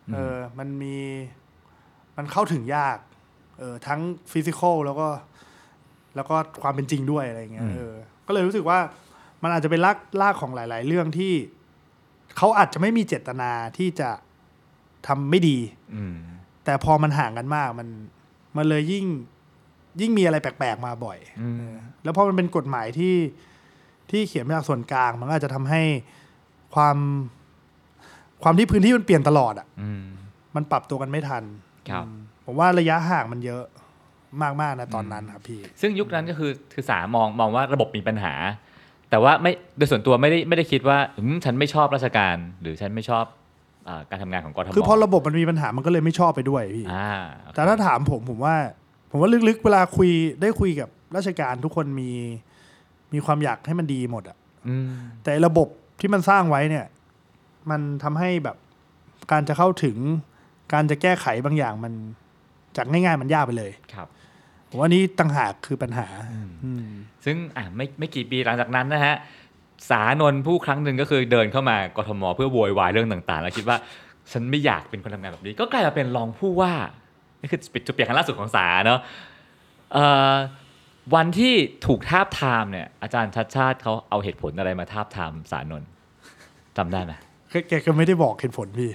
มันเข้าถึงยากทั้งฟิสิกอลแล้วก็ความเป็นจริงด้วยอะไรเงี้ยก็เลยรู้สึกว่ามันอาจจะเป็นรากของหลายๆเรื่องที่เขาอาจจะไม่มีเจตนาที่จะทำไม่ดีแต่พอมันห่างกันมากมันเลยยิ่งมีอะไรแปลกๆมาบ่อยแล้วพอมันเป็นกฎหมายที่เขียนมาจากส่วนกลางมันก็อาจจะทำให้ความที่พื้นที่มันเปลี่ยนตลอดอ่ะมันปรับตัวกันไม่ทันผมว่าระยะห่างมันเยอะมากๆนะตอนนั้นครับพี่ซึ่งยุคนั้นก็คือสามองว่าระบบมีปัญหาแต่ว่าไม่โดยส่วนตัวไม่ได้คิดว่าฉันไม่ชอบราชการหรือฉันไม่ชอบการทำงานของกทมคือพอระบบมันมีปัญหามันก็เลยไม่ชอบไปด้วยพี่แต่ถ้าถามผมว่าลึกๆเวลาได้คุยกับราชการทุกคนมีความอยากให้มันดีหมดอ่ะแต่ระบบที่มันสร้างไว้เนี่ยมันทำให้แบบการจะเข้าถึงการจะแก้ไขบางอย่างมันจากง่ายๆมันยากไปเลยครับผมว่านี่ต่างหากคือปัญหาซึ่งไม่กี่ปีหลังจากนั้นนะฮะสานนท์ผู้ครั้งหนึ่งก็คือเดินเข้ามากทมเพื่อโวยวายเรื่องต่างๆแล้วคิดว่าฉันไม่อยากเป็นคนทำงานแบบนี้ก็กลายมาเป็นรองผู้ว่านี่คือจุดเปลี่ยนครั้งล่าสุดของสาเนาะวันที่ถูกทาบทามเนี่ยอาจารย์ชัดชาติเขาเอาเหตุผลอะไรมาทาบทามสานนท์จำได้ไหมแกก็ไม่ได้บอกเหตุผลพี่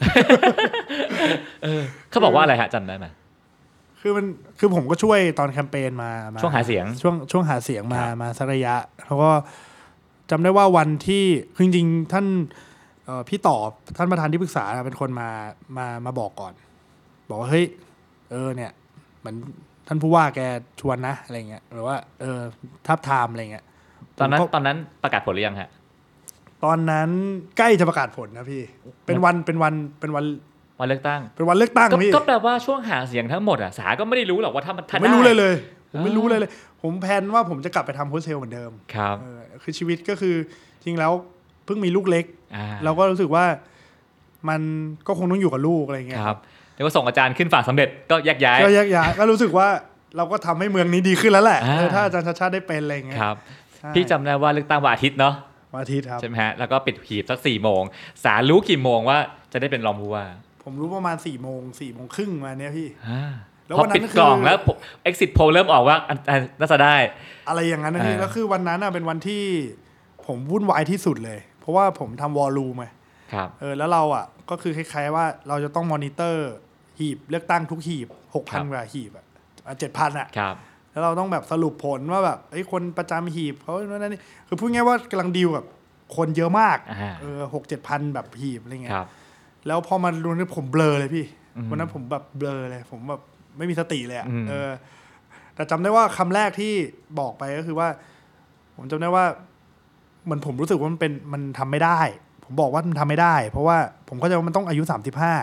เขาบอกว่าอะไรฮะจำได้ไหมคือผมก็ช่วยตอนแคมเปญมาช่วงหาเสียงช่วงหาเสียงมาสักระยะแล้วก็จำได้ว่าวันที่จริงๆท่านพี่ต่อท่านประธานที่ปรึกษาเป็นคนมาบอกก่อนบอกว่าเฮ้ยเนี่ยเหมือนท่านผู้ว่าแกชวนนะอะไรเงี้ยหรือว่าทับทามอะไรเงี้ยตอนนั้นประกาศผลหรือยังฮะตอนนั้นใกล้จะประกาศผลนะพี่เป็นวันเลือกตั้งเป็นวันเลือกตั้งพี่ก็แปลว่าช่วงหาเสียงทั้งหมดอ่ะสาก็ไม่ได้รู้หรอกว่าถ้ามันทันไม่รู้เลยผมไม่รู้เลยผมแพลนว่าผมจะกลับไปทำโฮสเทลเหมือนเดิมครับคือชีวิตก็คือจริงแล้วเพิ่งมีลูกเล็กเราก็รู้สึกว่ามันก็คงต้องอยู่กับลูกอะไรเงี้ยครับแล้วก็ส่งอาจารย์ขึ้นฝั่งสำเร็จก็แยกย้ายก็รู้สึกว่าเราก็ทำให้เมืองนี้ดีขึ้นแล้วแหละถ้าอาจารย์ชาติได้เป็นอะไรเงี้ยครับพี่จำได้ว่าเลือกตั้งวันอาทิตย์เนาะวันอาทิตย์ครับใช่ไหมฮะแล้วก็ปิดหีบสัก 4 โมงสารู้กี่โมงว่าจะได้เป็นรองผู้ว่าผมรู้ประมาณ 4 โมงครึ่งมาเนี้ยพี่แล้ววันนั้นปิดกล่องแล้ว exit poll เริ่มออกว่าน่าจะได้อะไรอย่างนั้นนะพี่แล้วคือวันนั้นเป็นวันที่ผมวุ่นวายที่สุดเลยเพราะว่าผมทำวอลลุ่มไงแล้วเราก็คือคล้ายๆว่าเราจะต้องมอนิเตอร์หีบเลือกตั้งทุกหีบ 6,000 กว่าหีบ7,000 แล้วเราต้องแบบสรุปผลว่าแบบคนประจำหีบเขานั่นนี่คือพูดง่ายว่ากำลังดีลกับคนเยอะมาก6-7,000แบบหีบอะไรเงี้ยแล้วพอมาดูนี่ผมเบลอเลยพี่วันนั้นผมแบบเบลอเลยผมแบบไม่มีสติเลยแต่จำได้ว่าคำแรกที่บอกไปก็คือว่าผมจำได้ว่าเหมือนผมรู้สึกว่ามันทำไม่ได้ผมบอกว่ามันทำไม่ได้เพราะว่าผมเข้าใจว่ามันต้องอายุ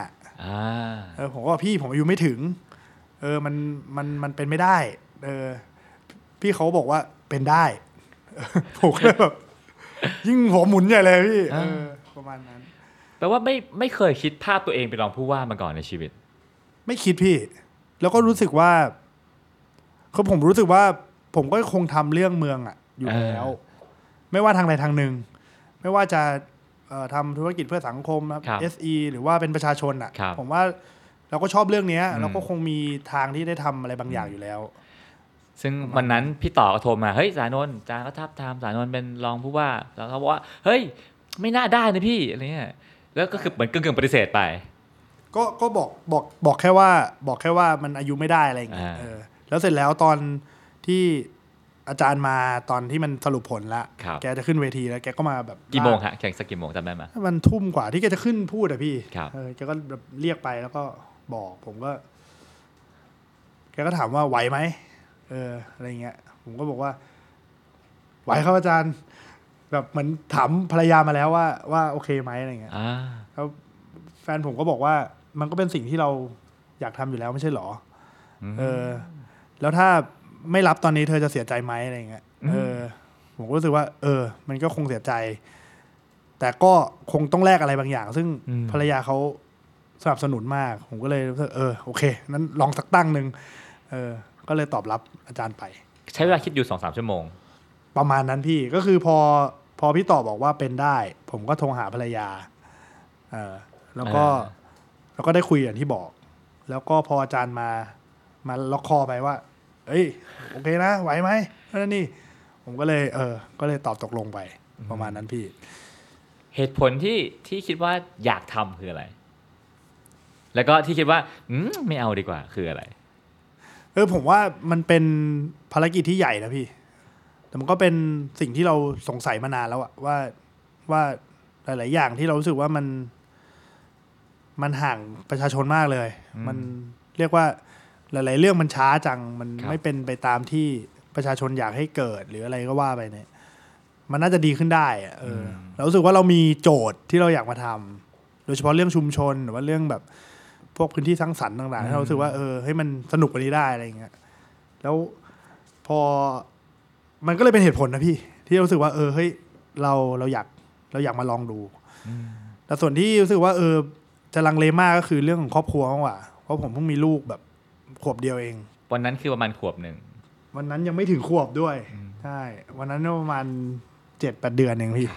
35ผมก็พี่ผมอายุไม่ถึงมันเป็นไม่ได้พี่เขาบอกว่าเป็นได้ผมก็แบบยิ่งหัวหมุนใหญ่เลยพี่ประมาณนั้นแปลว่าไม่เคยคิดภาพตัวเองเป็นรองผู้ว่ามาก่อนในชีวิตไม่คิดพี่แล้วก็รู้สึกว่าคือผมรู้สึกว่าผมก็คงทำเรื่องเมืองอยู่แล้วไม่ว่าทางใดทางหนึ่งไม่ว่าจะทำธุรกิจเพื่อสังคมครับ SE หรือว่าเป็นประชาชนผมว่าเราก็ชอบเรื่องนี้เราก็คงมีทางที่ได้ทำอะไรบางอย่างอยู่แล้วซึ่งวันนั้นพี่ต่อก็โทรมาเฮ้ยสานนท์จาก็ทับทามสานนท์เป็นรองผู้ว่าแล้วเขาบอกว่าเฮ้ยไม่น่าได้นะพี่อะไรเงี้ยแล้วก็คือเหมือนกึ่งปฏิเสธไปก็บอกแค่ว่ามันอายุไม่ได้อะไรอย่างเงี้ยแล้วเสร็จแล้วตอนที่อาจารย์มาตอนที่มันสรุปผลแล้วแกจะขึ้นเวทีแล้วแกก็มาแบบกี่โมงฮะแข่งสักกี่โมงจำได้ไหมมันทุ่มกว่าที่แกจะขึ้นพูดพี่แกก็แบบเรียกไปแล้วก็บอกผมก็แกก็ถามว่าไหวไหมอะไรเงี้ยผมก็บอกว่าไหวครับอาจารย์แบบเหมือนถามภรรยามาแล้วว่าโอเคไหมอะไรเงี้ยแล้วแฟนผมก็บอกว่ามันก็เป็นสิ่งที่เราอยากทำอยู่แล้วไม่ใช่หรอแล้วถ้าไม่รับตอนนี้เธอจะเสียใจไหมอะไรเงี้ยผมก็รู้สึกว่ามันก็คงเสียใจแต่ก็คงต้องแลกอะไรบางอย่างซึ่งภรรยาเขาสนับสนุนมากผมก็เลยรู้สึกโอเคนั้นลองสักตั้งนึงก็เลยตอบรับอาจารย์ไปใช้เวลาคิดอยู่ 2-3 ชั่วโมงประมาณนั้นพี่ก็คือพอพี่ต่อบอกว่าเป็นได้ผมก็โทรหาภรรยาแล้วก็ได้คุยอย่างที่บอกแล้วก็พออาจารย์มาล็อกคอไปว่าโอเคนะไหวไหมนั่นนี่ผมก็เลยตอบตกลงไปประมาณนั้นพี่เหตุผลที่คิดว่าอยากทำคืออะไรแล้วก็ที่คิดว่าไม่เอาดีกว่าคืออะไรผมว่ามันเป็นภารกิจที่ใหญ่นะพี่แต่มันก็เป็นสิ่งที่เราสงสัยมานานแล้วว่าหลายๆอย่างที่เรารู้สึกว่ามันห่างประชาชนมากเลยมันเรียกว่าหลายๆเรื่องมันช้าจังมันไม่เป็นไปตามที่ประชาชนอยากให้เกิดหรืออะไรก็ว่าไปเนี่ยมันน่าจะดีขึ้นได้เรารู้สึกว่าเรามีโจทย์ที่เราอยากมาทำโดยเฉพาะเรื่องชุมชนหรือว่าเรื่องแบบพวกพื้นที่สร้างสรรค์ต่างๆที่เรารู้สึกว่าให้มันสนุกกว่านี้ได้อะไรอย่างเงี้ยแล้วพอมันก็เลยเป็นเหตุผลนะพี่ที่รู้สึกว่าเฮ้ยเราอยากมาลองดูแต่ส่วนที่รู้สึกว่าจะลังเลมากก็คือเรื่องของครอบครัวมากกว่าเพราะผมเพิ่งมีลูกแบบขวบเดียวเองวันนั้นคือประมาณขวบนึงวันนั้นยังไม่ถึงขวบด้วยใช่วันนั้นประมาณ 7-8 เดือนเองพี่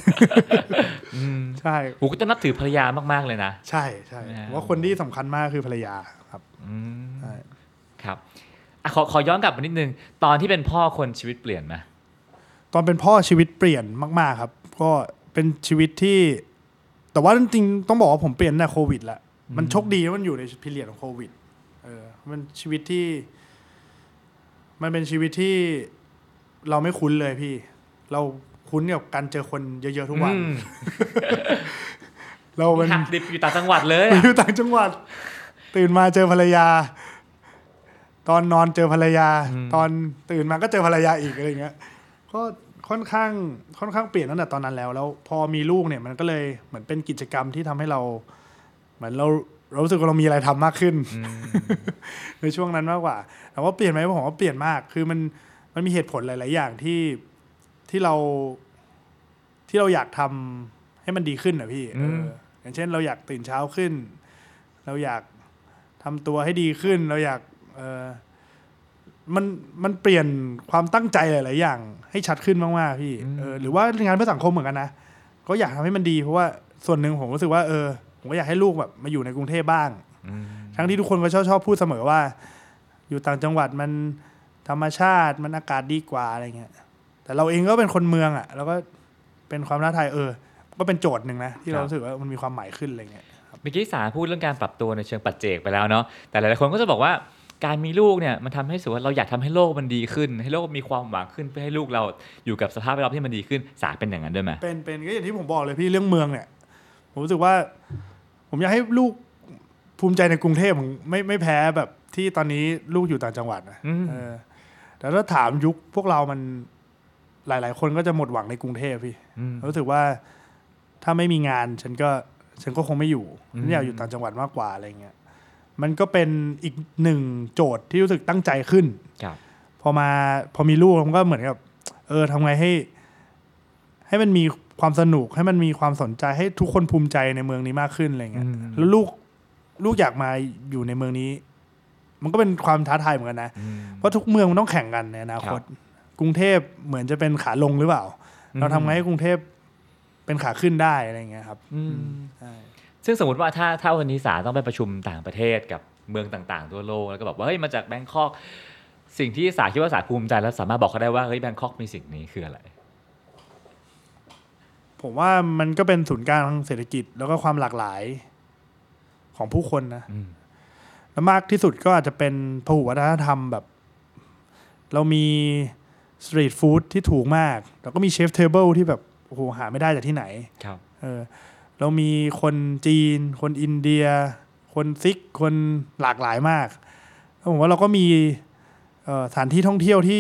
ใช่ผมก็จะนับถือภรรยามากๆเลยนะใช่ว่าคนที่สำคัญมากคือภรรยาครับใช่ครับขอย้อนกลับมานิดนึงตอนที่เป็นพ่อคนชีวิตเปลี่ยนไหมตอนเป็นพ่อชีวิตเปลี่ยนมากๆครับก็เป็นชีวิตที่แต่ว่าจริงๆต้องบอกว่าผมเปลี่ยนในโควิดแหละมันโชคดีว่ามันอยู่ในพีเรียดของโควิดมันชีวิตที่มันเป็นชีวิตที่เราไม่คุ้นเลยพี่เราคุ้นกับการเจอคนเยอะๆทุกวันเราเป็นดิบอยู่ต่างจังหวัดเลยอยู่ต่างจังหวัดตื่นมาเจอภรรยาตอนนอนเจอภรรยาตอนตื่นมาก็เจอภรรยาอีกอะไรเงี้ยก็ค่อนข้างเปลี่ยนตั้งแต่ตอนนั้นแล้วพอมีลูกเนี่ยมันก็เลยเหมือนเป็นกิจกรรมที่ทำให้เราเหมือนเรารู้สึกว่าเรามีอะไรทำมากขึ้นในช่วงนั้นมากกว่าแต่ว่าเปลี่ยนไหมผมว่าเปลี่ยนมากคือมันมีเหตุผลหลายๆอย่างที่เราอยากทำให้มันดีขึ้นนะพี่อย่างเช่นเราอยากตื่นเช้าขึ้นเราอยากทำตัวให้ดีขึ้นเราอยากมันเปลี่ยนความตั้งใจหลายๆอย่างให้ชัดขึ้นมากๆพี่หรือว่างานเพื่อสังคมเหมือนกันนะก็อยากทำให้มันดีเพราะว่าส่วนหนึ่งผมรู้สึกว่าผมก็อยากให้ลูกแบบมาอยู่ในกรุงเทพบ้างทั้งที่ทุกคนก็ชอบพูดเสมอว่าอยู่ต่างจังหวัดมันธรรมชาติมันอากาศดีกว่าอะไรเงี้ยแต่เราเองก็เป็นคนเมืองแล้วก็เป็นความท้าทายก็เป็นโจทย์หนึ่งนะที่เรารู้สึกว่ามันมีความหมายขึ้นอะไรเงี้ยเมื่อกี้สาพูดเรื่องการปรับตัวในเชิงปัจเจกไปแล้วเนาะแต่หลายๆคนก็จะบอกว่าการมีลูกเนี่ยมันทำให้รู้สึกว่าเราอยากทำให้โลกมันดีขึ้นให้โลกมีความหวังขึ้นเพื่อให้ลูกเราอยู่กับสภาพแวดล้อมที่มันดีขึ้นสาเป็นอย่างนั้นด้วยไหมเป็นก็อย่างที่ผมบอกเลยพี่เรื่องเมืองเนี่ยผมรู้สึกว่าผมอยากให้ลูกภูมิใจในกรุงเทพไม่แพ้แบบที่ตอนนี้ลูกอยู่ต่างจังหวัดนะแต่ถ้าถามยุคพวกเรามันหลายๆคนก็จะหมดหวังในกรุงเทพพี่รู้สึกว่าถ้าไม่มีงานฉันก็คงไม่อยู่ฉันอยากอยู่ต่างจังหวัดมากกว่าอะไรเงี้ยมันก็เป็นอีกหนึ่งโจทย์ที่รู้สึกตั้งใจขึ้นพอมีลูกผมก็เหมือนกับทำไงให้มันมีความสนุกให้มันมีความสนใจให้ทุกคนภูมิใจในเมืองนี้มากขึ้นอะไรเงี้ยแล้วลูกอยากมาอยู่ในเมืองนี้มันก็เป็นความท้าทายเหมือนกันนะเพราะทุกเมืองมันต้องแข่งกันในอนาคตกรุงเทพเหมือนจะเป็นขาลงหรือเปล่าเราทำไงให้กรุงเทพเป็นขาขึ้นได้อะไรเงี้ยครับซึ่งสมมติว่าถ้าวันนี้สาต้องไปประชุมต่างประเทศกับเมืองต่างๆทั่วโลกแล้วก็บอกว่าเฮ้ยมาจากแบงคอกสิ่งที่สาคิดว่าสาภูมิใจแล้วสามารถบอกเขาได้ว่าเฮ้ยแบงคอกมีสิ่งนี้คืออะไรผมว่ามันก็เป็นศูนย์กลางทางเศรษฐกิจแล้วก็ความหลากหลายของผู้คนนะและมากที่สุดก็อาจจะเป็นพหุวัฒนธรรมแบบเรามีสตรีทฟู้ดที่ถูกมากแล้วก็มีเชฟเทเบิลที่แบบโอ้โหหาไม่ได้จากที่ไหนครับเรามีคนจีนคนอินเดียคนซิกคนหลากหลายมากแล้วผมว่าเราก็มีสถานที่ท่องเที่ยวที่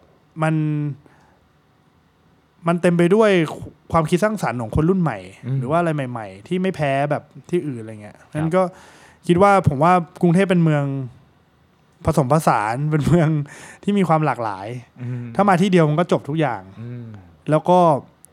มันเต็มไปด้วยความคิดสร้างสรรค์ของคนรุ่นใหม่หรือว่าอะไรใหม่ๆที่ไม่แพ้แบบที่อื่นอะไรเงี้ยงั้นก็คิดว่าผมว่ากรุงเทพเป็นเมืองผสมผสานเป็นเมืองที่มีความหลากหลายถ้ามาที่เดียวมันก็จบทุกอย่างแล้วก็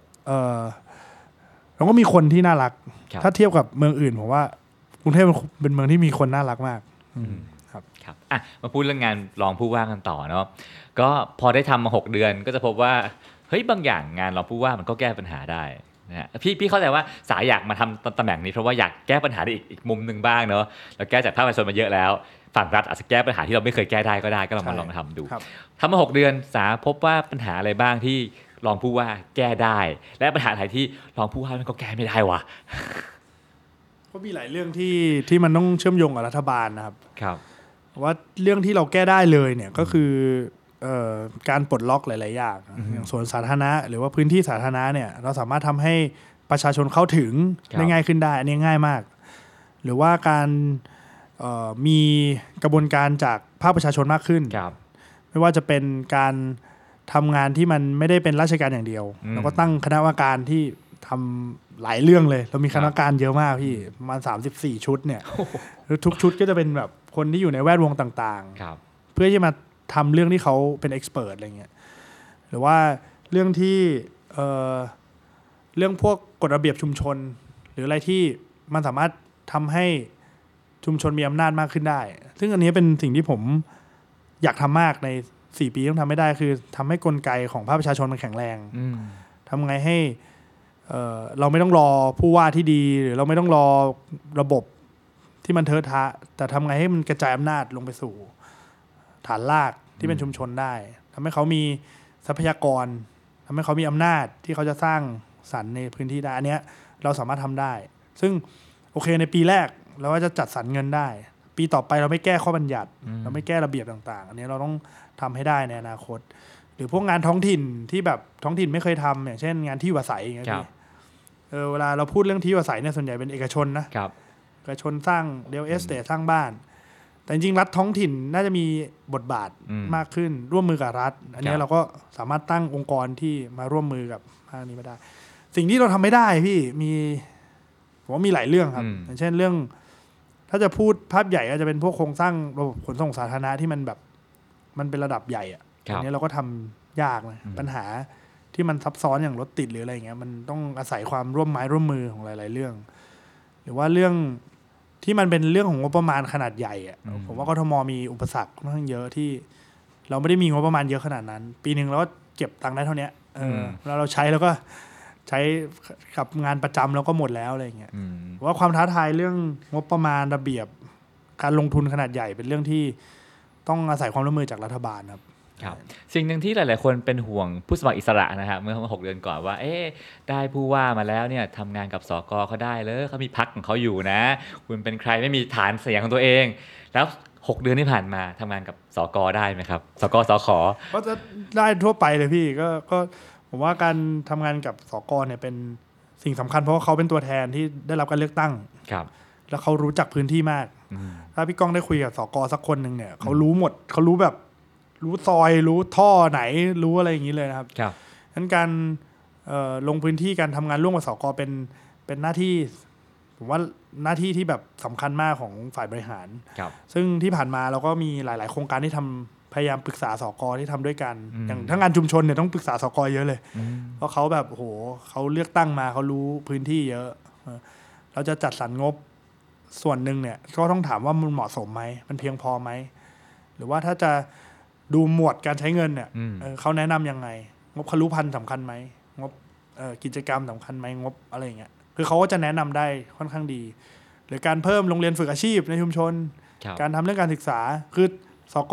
เราก็มีคนที่น่ารักถ้าเทียบกับเมืองอื่นผมว่ากรุงเทพเป็นเมืองที่มีคนน่ารักมากครับมาพูดเรื่องงานรองผู้ว่ากันต่อเนาะก็พอได้ทำมา6 เดือนก็จะพบว่าเฮ้ยบางอย่างงานรองผู้ว่ามันก็แก้ปัญหาได้นะฮะพี่เข้าใจว่าสายอยากมาทำตำแหน่งนี้เพราะว่าอยากแก้ปัญหาได้อีกมุมนึงบ้างเนาะแล้วแก้จากภาคประชาชนมาเยอะแล้วฝั่งรัฐอาจจะแก้ปัญหาที่เราไม่เคยแก้ได้ก็ลองมาลองทำดูทำมา6 เดือนสาพบว่าปัญหาอะไรบ้างที่รองผู้ว่าแก้ได้และปัญหาอะไรที่รองผู้ว่ามันก็แก้ไม่ได้วะก็มีหลายเรื่องที่มันต้องเชื่อมโยงกับรัฐบาลนะครับว่าเรื่องที่เราแก้ได้เลยเนี่ยก็คือการปลดล็อกหลายๆอย่างอย่างสวนสาธารณะหรือว่าพื้นที่สาธารณะเนี่ยเราสามารถทำให้ประชาชนเข้าถึงได้ง่ายขึ้นได้อันนี้ง่ายมากหรือว่าการมีกระบวนการจากภาคประชาชนมากขึ้นไม่ว่าจะเป็นการทำงานที่มันไม่ได้เป็นราชการอย่างเดียวเราก็ตั้งคณะกรรมการที่ทำหลายเรื่องเลยเรามีคณะกรรมการเยอะมากพี่ประมาณ34 ชุดเนี่ยทุกชุดก็จะเป็นแบบคนที่อยู่ในแวดวงต่างๆเพื่อที่มาทำเรื่องที่เขาเป็นเอ็กซ์เพิร์ทอะไรเงี้ยหรือว่าเรื่องที่เรื่องพวกกฎระเบียบชุมชนหรืออะไรที่มันสามารถทำให้ชุมชนมีอำนาจมากขึ้นได้ซึ่งอันนี้เป็นสิ่งที่ผมอยากทำมากใน4 ปีต้องทำไม่ได้คือทำให้กลไกของภาคประชาชนมันแข็งแรงทำไงให้เราไม่ต้องรอผู้ว่าที่ดีหรือเราไม่ต้องรอระบบที่มันเทอะทะแต่ทำไงให้มันกระจายอำนาจลงไปสู่ฐานรากที่เป็นชุมชนได้ทำให้เขามีทรัพยากรทำให้เขามีอำนาจที่เขาจะสร้างสรรค์ในพื้นที่ได้อันเนี้ยเราสามารถทำได้ซึ่งโอเคในปีแรกเราก็จะจัดสรรเงินได้ปีต่อไปเราไม่แก้ข้อบัญญัติเราไม่แก้ระเบียบต่างๆอันนี้เราต้องทำให้ได้ในอนาคตหรือพวกงานท้องถิ่นที่แบบท้องถิ่นไม่เคยทำอย่างเช่นงานที่อยู่อาศัยอย่างเงี้ยเวลาเราพูดเรื่องที่อยู่อาศัยเนี่ยส่วนใหญ่เป็นเอกชนนะเอกชนสร้างเรียลเอสเตทสร้างบ้านแต่จริงๆรัฐท้องถิ่นน่าจะมีบทบาทมากขึ้นร่วมมือกับรัฐอันนี้เราก็สามารถตั้งองค์กรที่มาร่วมมือกับภาคนี้มาได้สิ่งที่เราทำไม่ได้พี่ผมว่ามีหลายเรื่องครับอย่างเช่นเรื่องถ้าจะพูดภาพใหญ่ก็จะเป็นพวกโครงสร้างระบบขนส่งสาธารณะที่มันแบบมันเป็นระดับใหญ่อ่ะอันนี้เราก็ทำยากนะปัญหาที่มันซับซ้อนอย่างรถติดหรืออะไรเงี้ยมันต้องอาศัยความร่วมไม้ร่วมมือของหลายๆเรื่องหรือว่าเรื่องที่มันเป็นเรื่องของงบประมาณขนาดใหญ่อ่ะผมว่ากทมมีอุปสรรคค่อนข้างเยอะที่เราไม่ได้มีงบประมาณเยอะขนาดนั้นปีนึงเราก็เก็บตังค์ได้เท่านี้แล้วเราใช้แล้วก็ใช้กับงานประจำแล้วก็หมดแล้วอะไรเงี้ยว่าความท้าทายเรื่องงบประมาณระเบียบการลงทุนขนาดใหญ่เป็นเรื่องที่ต้องอาศัยความร่วมมือจากรัฐบาลครับสิ่งหนึ่งที่หลายๆคนเป็นห่วงผู้สมัครอิสระนะฮะเมื่อ6 เดือนก่อนว่าได้ผู้ว่ามาแล้วเนี่ยทำงานกับสกเขาได้เลยเขามีพรรคของเขาอยู่นะคุณเป็นใครไม่มีฐานเสียงของตัวเองแล้ว 6 เดือนที่ผ่านมาทำงานกับสก.ได้ไหมครับสก.สข. ก็จะได้ทั่วไปเลยพี่ก็ผมว่าการทำงานกับสก.เนี่ยเป็นสิ่งสำคัญเพราะว่าเขาเป็นตัวแทนที่ได้รับการเลือกตั้งครับแล้วเขารู้จักพื้นที่มากถ้าพี่ก้องได้คุยกับสก.สักคนหนึ่งเนี่ยเขารู้หมดเขารู้แบบรู้ซอยรู้ท่อไหนรู้อะไรอย่างนี้เลยนะครับครับงั้นการลงพื้นที่การทำงานร่วมกับสก.เป็นหน้าที่ผมว่าหน้าที่ที่แบบสำคัญมากของฝ่ายบริหารซึ่งที่ผ่านมาเราก็มีหลายๆโครงการที่ทำพยายามปรึกษาสก.ที่ทำด้วยกันอย่างทั้งงานชุมชนเนี่ยต้องปรึกษาสก.เยอะเลยเพราะเขาแบบโหเขาเลือกตั้งมาเขารู้พื้นที่เยอะเราจะจัดสรรงบส่วนหนึ่งเนี่ยก็ต้องถามว่ามันเหมาะสมไหมมันเพียงพอไหมหรือว่าถ้าจะดูหมวดการใช้เงินเนี่ยเขาแนะนำยังไงงบครุพันธ์สำคัญไหมงบกิจกรรมสำคัญไหมงบอะไรอย่างเงี้ยคือเขาก็จะแนะนำได้ค่อนข้างดีหรือการเพิ่มโรงเรียนฝึกอาชีพในชุมชนการทำเรื่องการศึกษาคือสก.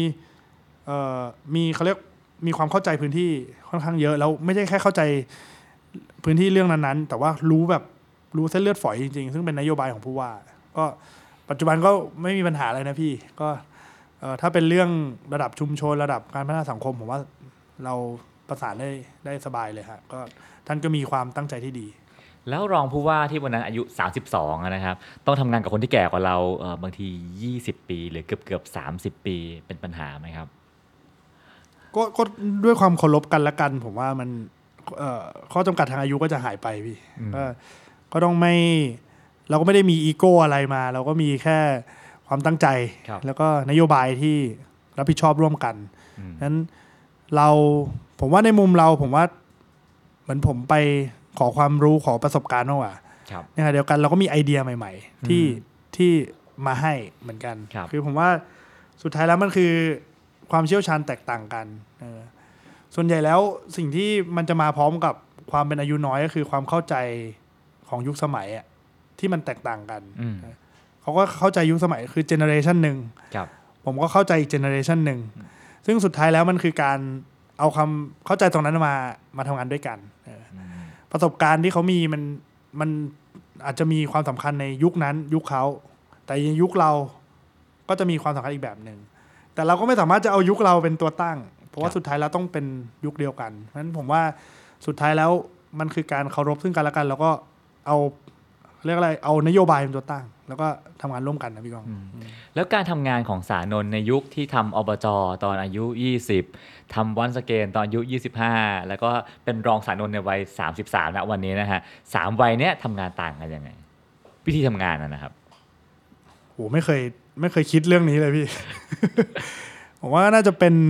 มีเขาเรียกมีความเข้าใจพื้นที่ค่อนข้างเยอะแล้วไม่ใช่แค่เข้าใจพื้นที่เรื่องนั้นๆแต่ว่ารู้เส้นเลือดฝอยจริงๆซึ่งเป็นนโยบายของผู้ว่าก็ปัจจุบันก็ไม่มีปัญหาอะไรนะพี่ก็ถ้าเป็นเรื่องระดับชุมชนระดับการพัฒนาสังคมผมว่าเราประสานได้สบายเลยครับก็ท่านก็มีความตั้งใจที่ดีแล้วรองผู้ว่าที่วันนั้นอายุ32นะครับต้องทำงานกับคนที่แก่กว่าเราบางที20ปีหรือเกือบ30ปีเป็นปัญหาไหมครับก็ด้วยความเคารพกันและกันผมว่ามันข้อจำกัดทางอายุก็จะหายไปพี่ก็ต้องไม่เราก็ไม่ได้มีอีโก้อะไรมาเราก็มีแค่ความตั้งใจแล้วก็นโยบายที่รับผิดชอบร่วมกันนั้นผมว่าในมุมเราผมว่าเหมือนผมไปขอความรู้ขอประสบการณ์มากกว่าเนี่ยเดียวกันเราก็มีไอเดียใหม่ๆที่มาให้เหมือนกันคือผมว่าสุดท้ายแล้วมันคือความเชี่ยวชาญแตกต่างกันส่วนใหญ่แล้วสิ่งที่มันจะมาพร้อมกับความเป็นอายุน้อยก็คือความเข้าใจของยุคสมัยอะที่มันแตกต่างกันเขาก็เข้าใจยุคสมัยคือเจเนอเรชันหนึ่งผมก็เข้าใจอีกเจเนอเรชันหนึ่งซึ่งสุดท้ายแล้วมันคือการเอาความเข้าใจตรงนั้นมาทำงานด้วยกันประสบการณ์ที่เขามีมันอาจจะมีความสำคัญในยุคนั้นยุคเขาแต่ในยุคเราก็จะมีความสำคัญอีกแบบหนึ่งแต่เราก็ไม่สามารถจะเอายุคเราเป็นตัวตั้งเพราะว่าสุดท้ายเราต้องเป็นยุคเดียวกันเพราะฉะนั้นผมว่าสุดท้ายแล้วมันคือการเคารพซึ่งกันและกันแล้วก็เอาเรียกอะไรเอานโยบายเป็นตัวตั้งแล้วก็ทำงานร่วมกันนะพี่กองแล้วการทำงานของสานนท์ในยุคที่ทำอบจ.ตอนอายุ20ทำวันสเกนตอนอายุ25แล้วก็เป็นรองสานนท์ในวัย33ณวันนี้นะฮะ3วัยเนี้ยทำงานต่างกันยังไงวิธีทำงานนะครับโหไม่เคยคิดเรื่องนี้เลยพี่ ผมว่าน่าจะเป็น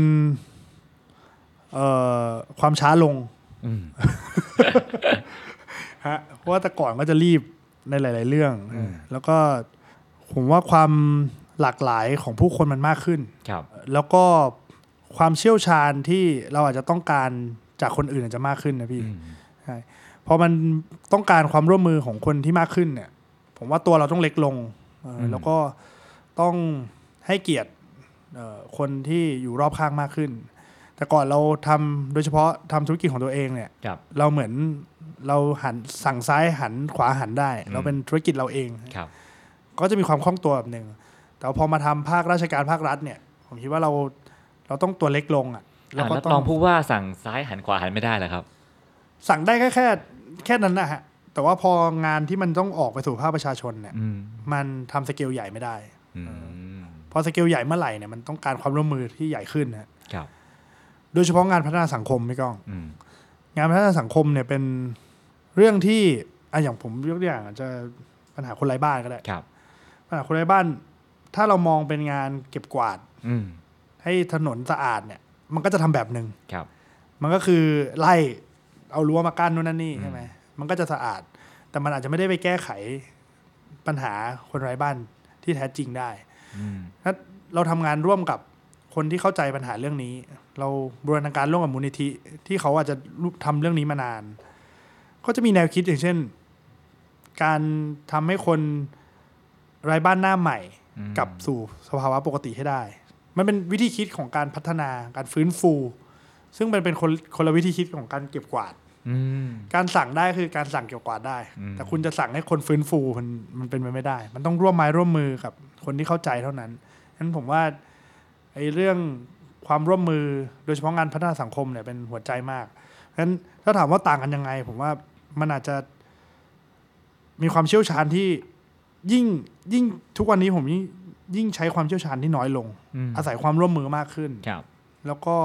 ความช้าลงฮะเพราะว่าแต่ก่อนก็จะรีบในหลายๆเรื่องแล้วก็ผมว่าความหลากหลายของผู้คนมันมากขึ้นแล้วก็ความเชี่ยวชาญที่เราอาจจะต้องการจากคนอื่นอาจจะมากขึ้นนะพี่ใช่พอมันต้องการความร่วมมือของคนที่มากขึ้นเนี่ยผมว่าตัวเราต้องเล็กลงแล้วก็ต้องให้เกียรติคนที่อยู่รอบข้างมากขึ้นแต่ก่อนเราทำโดยเฉพาะทำธุรกิจของตัวเองเนี่ยเราเหมือนเราหันสั่งซ้ายหันขวาหันได้เราเป็นธุรกิจเราเองก็จะมีความคล่องตัวแบบนึงแต่พอมาทำภาคราชการภาครัฐเนี่ยผมคิดว่าเราต้องตัวเล็กลงแล้วก็ต้องพูดว่าสั่งซ้ายหันขวาหันไม่ได้เหรอครับสั่งได้แค่นั้นนะฮะแต่ว่าพองานที่มันต้องออกไปสู่ภาคประชาชนเนี่ยมันทำสเกลใหญ่ไม่ได้พอสเกลใหญ่เมื่อไหร่เนี่ยมันต้องการความร่วมมือที่ใหญ่ขึ้นนะครับโดยเฉพาะงานพัฒนาสังคมพี่ก้องงานพัฒนาสังคมเนี่ยเป็นเรื่องที่อย่างผมยกตัวอย่างอาจจะปัญหาคนไร้บ้านก็ได้ปัญหาคนไร้บ้านถ้าเรามองเป็นงานเก็บกวาดให้ถนนสะอาดเนี่ยมันก็จะทำแบบนึงมันก็คือไล่เอารั้วมากั้นนู่นนั่นนี่ใช่ไหมมันก็จะสะอาดแต่มันอาจจะไม่ได้ไปแก้ไขปัญหาคนไร้บ้านที่แท้จริงได้ถ้าเราทำงานร่วมกับคนที่เข้าใจปัญหาเรื่องนี้เราบูรณาการร่วมกับมูลนิธิที่เขาอาจจะทำเรื่องนี้มานานก็จะมีแนวคิดอย่างเช่นการทำให้คนไร้บ้านหน้าใหม่กลับสู่สภาวะปกติให้ได้มันเป็นวิธีคิดของการพัฒนาการฟื้นฟูซึ่งมันเป็นคนละวิธีคิดของการเก็บกวาดการสั่งได้คือการสั่งเก็บกวาดได้แต่คุณจะสั่งให้คนฟื้นฟูมันเป็นไปไม่ได้มันต้องร่วมไม้ร่วมมือกับคนที่เข้าใจเท่านั้นงั้นผมว่าไอ้เรื่องความร่วมมือโดยเฉพาะงานพัฒนาสังคมเนี่ยเป็นหัวใจมากงั้นถ้าถามว่าต่างกันยังไงผมว่ามันอาจจะมีความเชี่ยวชาญที่ยิ่งทุกวันนี้ผมยิ่งใช้ความเชี่ยวชาญที่น้อยลงอาศัยความร่วมมือมากขึ้นแล้วก็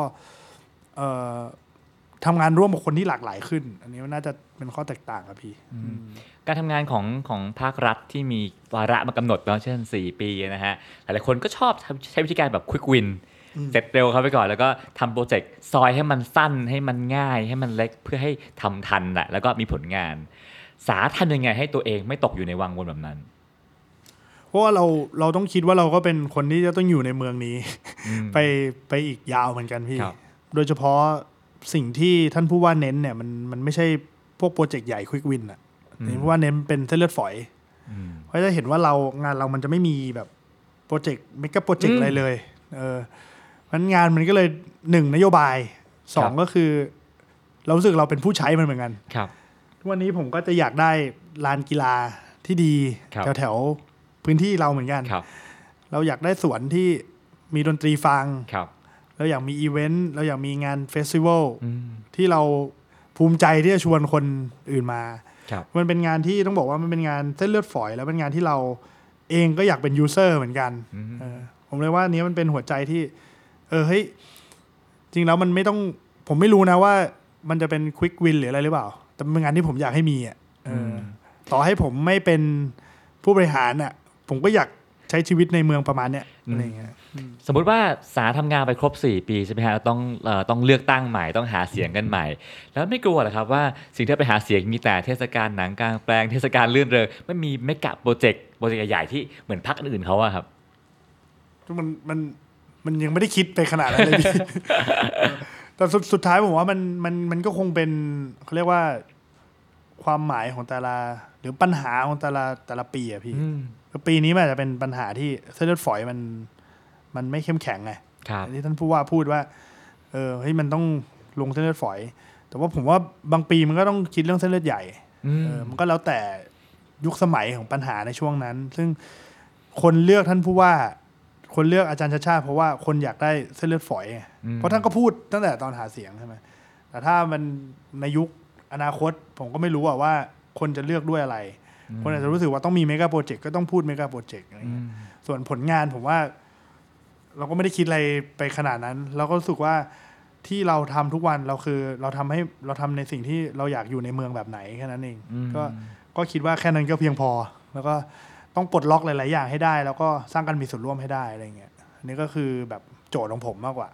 ทำงานร่วมกับคนที่หลากหลายขึ้นอันนี้น่าจะเป็นข้อแตกต่างครับพี่การทำงานของภาครัฐที่มีวาระมากำหนดแล้วเช่น4 ปีนะฮะหลายคนก็ชอบใช้วิธีการแบบควิกวินเสร็จเร็วเข้าไปก่อนแล้วก็ทำโปรเจกต์ซอยให้มันสั้นให้มันง่ายให้มันเล็กเพื่อให้ทำทันแหละแล้วก็มีผลงานสาทำยังไงให้ตัวเองไม่ตกอยู่ในวังวนแบบนั้นเพราะว่าเราต้องคิดว่าเราก็เป็นคนที่จะต้องอยู่ในเมืองนี้ ไปอีกยาวเหมือนกันพี่โดยเฉพาะสิ่งที่ท่านผู้ว่าเน้นเนี่ยมันไม่ใช่พวกโปรเจกต์ใหญ่ควิกวินอ่ะเพราะว่าเน้นเป็นเส้นเลือดฝอยเพราะจะเห็นว่าเรางานเรามันจะไม่มีแบบโปรเจกต์เมกะโปรเจกต์อะไรเลยมันงานมันก็เลย1นโยบาย2ก็คือเรารู้สึกเราเป็นผู้ใช้มันเหมือนกันทุกวันนี้ผมก็จะอยากได้ลานกีฬาที่ดีแถวพื้นที่เราเหมือนกันเราอยากได้สวนที่มีดนตรีฟังเราอยากมีอีเวนต์เราอยากมีงานเฟสติวัลที่เราภูมิใจที่จะชวนคนอื่นมามันเป็นงานที่ต้องบอกว่ามันเป็นงานเส้นเลือดฝอยแล้วเป็นงานที่เราเองก็อยากเป็นยูเซอร์เหมือนกันผมเลยว่านี้มันเป็นหัวใจที่เฮ้ยจริงแล้วมันไม่ต้องผมไม่รู้นะว่ามันจะเป็นควิกวินหรืออะไรหรือเปล่าแต่เป็นงานที่ผมอยากให้มีต่อให้ผมไม่เป็นผู้บริหารน่ะผมก็อยากใช้ชีวิตในเมืองประมาณเนี้ยอะไรเงี้ยสมมุติว่าสาทำงานไปครบ4 ปีใช่ไหมฮะต้องเลือกตั้งใหม่ต้องหาเสียงกันใหม่แล้วไม่กลัวเหรอครับว่าสิ่งที่ไปหาเสียงมีแต่เทศกาลหนังกลางแปลงเทศกาลลื่นเริงไม่มีเมกะโปรเจกต์ใหญ่ๆที่เหมือนพรรคอื่นๆเขาอะครับมันยังไม่ได้คิดไปขนาดนั้นเลย แต่สุดท้ายผมว่ามันก็คงเป็นเขาเรียกว่าความหมายของแต่ละหรือปัญหาของแต่ละปีอะพี่ปีนี้มันอาจจะเป็นปัญหาที่เส้นเลือดฝอยมันไม่เข้มแข็งไงที่ท่านผู้ว่าพูดว่าเฮ้ยมันต้องลงเส้นเลือดฝอยแต่ว่าผมว่าบางปีมันก็ต้องคิดเรื่องเส้นเลือดใหญ่มันก็แล้วแต่ยุคสมัยของปัญหาในช่วงนั้นซึ่งคนเลือกท่านผู้ว่าคนเลือกอาจารย์ชาติชาติเพราะว่าคนอยากได้เส้นเลือดฝอยเพราะท่านก็พูดตั้งแต่ตอนหาเสียงใช่ไหมแต่ถ้ามันในยุคอนาคตผมก็ไม่รู้ว่าคนจะเลือกด้วยอะไรคนอาจจะรู้สึกว่าต้องมีเมกะโปรเจกต์ก็ต้องพูดเมกะโปรเจกต์อะไรเงี้ยส่วนผลงานผมว่าเราก็ไม่ได้คิดอะไรไปขนาดนั้นเราก็รู้สึกว่าที่เราทำทุกวันเราทำในสิ่งที่เราอยากอยู่ในเมืองแบบไหนแค่นั้นเองก็คิดว่าแค่นั้นก็เพียงพอแล้วก็ต้องปลดล็อกหลายๆอย่างให้ได้แล้วก็สร้างการมีส่วนร่วมให้ได้อะไรเงี้ยอันนี้ก็คือแบบโจทย์ของผมมากกว่า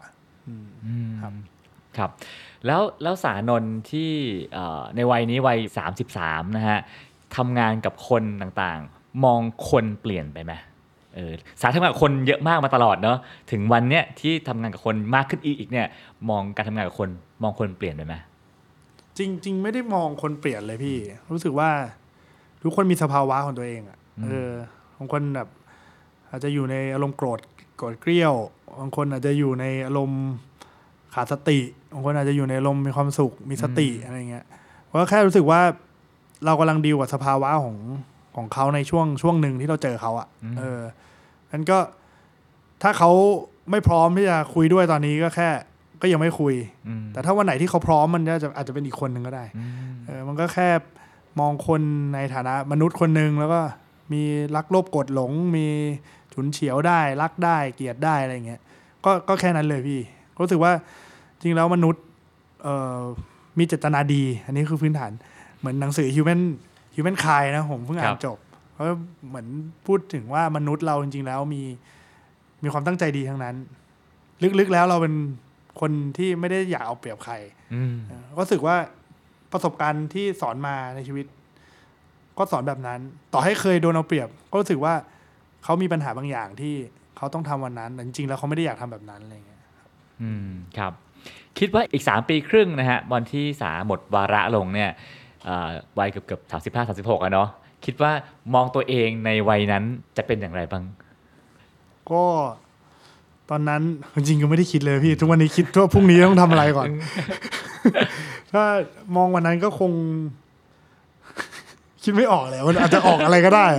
ครับแล้วสานนท์ที่ในวัยนี้วัย33นะฮะทำงานกับคนต่างๆมองคนเปลี่ยนไปไหมสาทำงานกับคนเยอะมากมาตลอดเนาะถึงวันเนี้ยที่ทำงานกับคนมากขึ้นอีกเนี่ยมองการทำงานกับคนมองคนเปลี่ยนไปไหมจริงๆไม่ได้มองคนเปลี่ยนเลยพี่รู้สึกว่าทุกคนมีสภาวะของตัวเองอ่ะบางคนแบบอาจจะอยู่ในอารมณ์โกรธเกรี้ยวบางคนอาจจะอยู่ในอารมณ์ขาดสติบางคนอาจจะอยู่ในอารมณ์มีความสุขมีสติอะไรเงี้ยเพราะแค่รู้สึกว่าเรากำลังดีลกับสภาวะของเขาในช่วงหนึ่งที่เราเจอเขาอ่ะงั้นก็ถ้าเขาไม่พร้อมที่จะคุยด้วยตอนนี้ก็ยังไม่คุยแต่ถ้าวันไหนที่เขาพร้อมมันอาจจะเป็นอีกคนหนึ่งก็ได้มันก็แค่มองคนในฐานะมนุษย์คนหนึ่งแล้วก็มีรักโลภโกรธหลงมีฉุนเฉียวได้รักได้เกลียดได้อะไรเงี้ยก็แค่นั้นเลยพี่รู้สึกว่าจริงแล้วมนุษย์มีเจตนาดีอันนี้คือพื้นฐานเหมือนหนังสือ Human Kind นะผมเพิ่งอ่านจบเพราะเหมือนพูดถึงว่ามนุษย์เราจริงๆแล้วมีความตั้งใจดีทั้งนั้นลึกๆแล้วเราเป็นคนที่ไม่ได้อยากเอาเปรียบใครก็รู้สึกว่าประสบการณ์ที่สอนมาในชีวิตก็สอนแบบนั้นต่อให้เคยโดนเอาเปรียบก็รู้สึกว่าเขามีปัญหาบางอย่างที่เขาต้องทำวันนั้นแต่จริงๆแล้วเขาไม่ได้อยากทำแบบนั้นอะไรเงี้ยครับคิดว่าอีก3 ปีครึ่งนะฮะวันที่สาหมดวาระลงเนี่ยวัยเกือบ35-36อะเนาะคิดว่ามองตัวเองในวัยนั้นจะเป็นอย่างไรบ้างก็ตอนนั้นจริงๆก็ไม่ได้คิดเลยพี่ทุกวันนี้คิดว่าพรุ่งนี้ต้องทำอะไรก่อน ถ้ามองวันนั้นก็คงคิดไม่ออกเลยมันอาจจะออกอะไรก็ได้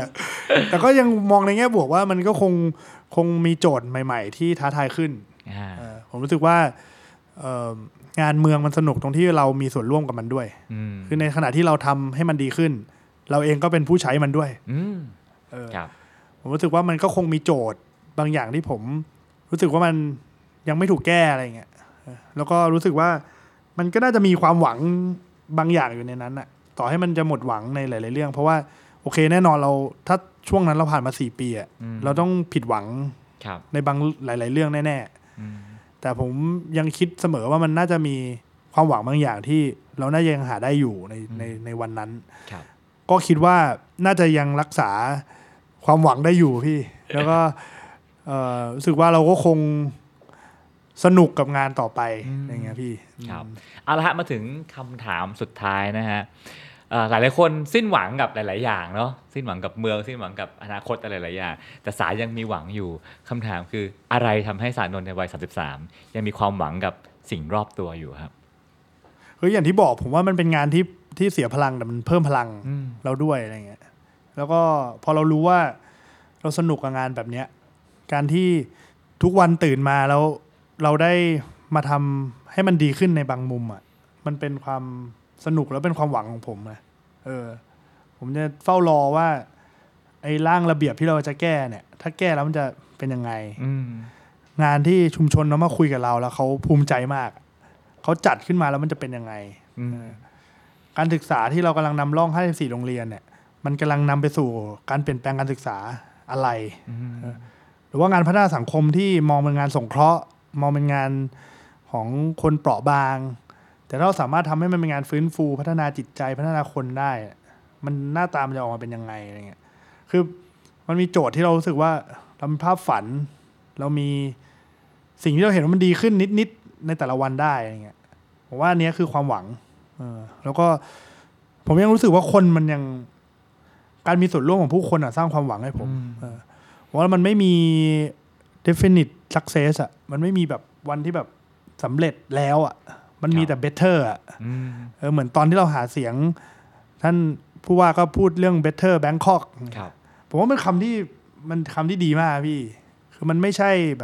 แต่ก็ยังมองในแง่บวกว่ามันก็คงมีโจทย์ใหม่ๆที่ท้าทายขึ้นผมรู้สึกว่างานเมืองมันสนุกตรงที่เรามีส่วนร่วมกับมันด้วยคือในขณะที่เราทำให้มันดีขึ้นเราเองก็เป็นผู้ใช้มันด้วยผมรู้สึกว่ามันก็คงมีโจทย์บางอย่างที่ผมรู้สึกว่ามันยังไม่ถูกแก้อะไรเงี้ยแล้วก็รู้สึกว่ามันก็น่าจะมีความหวังบางอย่างอยู่ในนั้นอะต่อให้มันจะหมดหวังในหลายๆเรื่องเพราะว่าโอเคแน่นอนเราถ้าช่วงนั้นเราผ่านมา4 ปีอะเราต้องผิดหวังในบางหลายๆเรื่องแน่ๆแต่ผมยังคิดเสมอว่ามันน่าจะมีความหวังบางอย่างที่เราน่าจะยังหาได้อยู่ในวันนั้นก็คิดว่าน่าจะยังรักษาความหวังได้อยู่พี่แล้วก็รู้สึกว่าเราก็คงสนุกกับงานต่อไปอย่างเงี้ยพี่ครับเอาละฮะมาถึงคำถามสุดท้ายนะฮะหลายๆคนสิ้นหวังกับหลายๆอย่างเนาะสิ้นหวังกับเมืองสิ้นหวังกับอนาคตอะไรหลายอย่างแต่สายังมีหวังอยู่คำถามคืออะไรทำให้สานนท์ในวัย33ยังมีความหวังกับสิ่งรอบตัวอยู่ครับคืออย่างที่บอกผมว่ามันเป็นงานที่เสียพลังแต่มันเพิ่มพลังเราด้วยอะไรเงี้ยแล้วก็พอเรารู้ว่าเราสนุกกับงานแบบเนี้ยการที่ทุกวันตื่นมาแล้วเราได้มาทำให้มันดีขึ้นในบางมุมอ่ะมันเป็นความสนุกแล้วเป็นความหวังของผมนะผมจะเฝ้ารอว่าไอ้ร่างระเบียบที่เราจะแก้เนี่ยถ้าแก้แล้วมันจะเป็นยังไงงานที่ชุมชนเขามาคุยกับเราแล้วเขาภูมิใจมากเขาจัดขึ้นมาแล้วมันจะเป็นยังไงการศึกษาที่เรากำลังนำร่อง54โรงเรียนเนี่ยมันกำลังนำไปสู่การเปลี่ยนแปลงการศึกษาอะไรหรือว่างานพัฒนาสังคมที่มองเป็นงานสงเคราะห์มองเป็นงานของคนเปราะบางแต่ถ้าเราสามารถทำให้มันเป็นงานฟื้นฟูพัฒนาจิตใจพัฒนาคนได้มันหน้าตามันจะออกมาเป็นยังไงอะไรเงี้ยคือมันมีโจทย์ที่เรารู้สึกว่าเรามีภาพฝันเรามีสิ่งที่เราเห็นว่ามันดีขึ้นนิดๆในแต่ละวันได้อะไรเงี้ยผมว่าอันนี้คือความหวังแล้วก็ผมยังรู้สึกว่าคนมันยังการมีส่วนร่วมของผู้คนสร้างความหวังให้ผมว่ามันไม่มี definite success อ่ะมันไม่มีแบบวันที่แบบสำเร็จแล้วอ่ะมันมีแต่ better อ่ะเหมือนตอนที่เราหาเสียงท่านผู้ว่าก็พูดเรื่อง better Bangkok ผมว่ามันคำที่ดีมากพี่คือมันไม่ใช่แบบ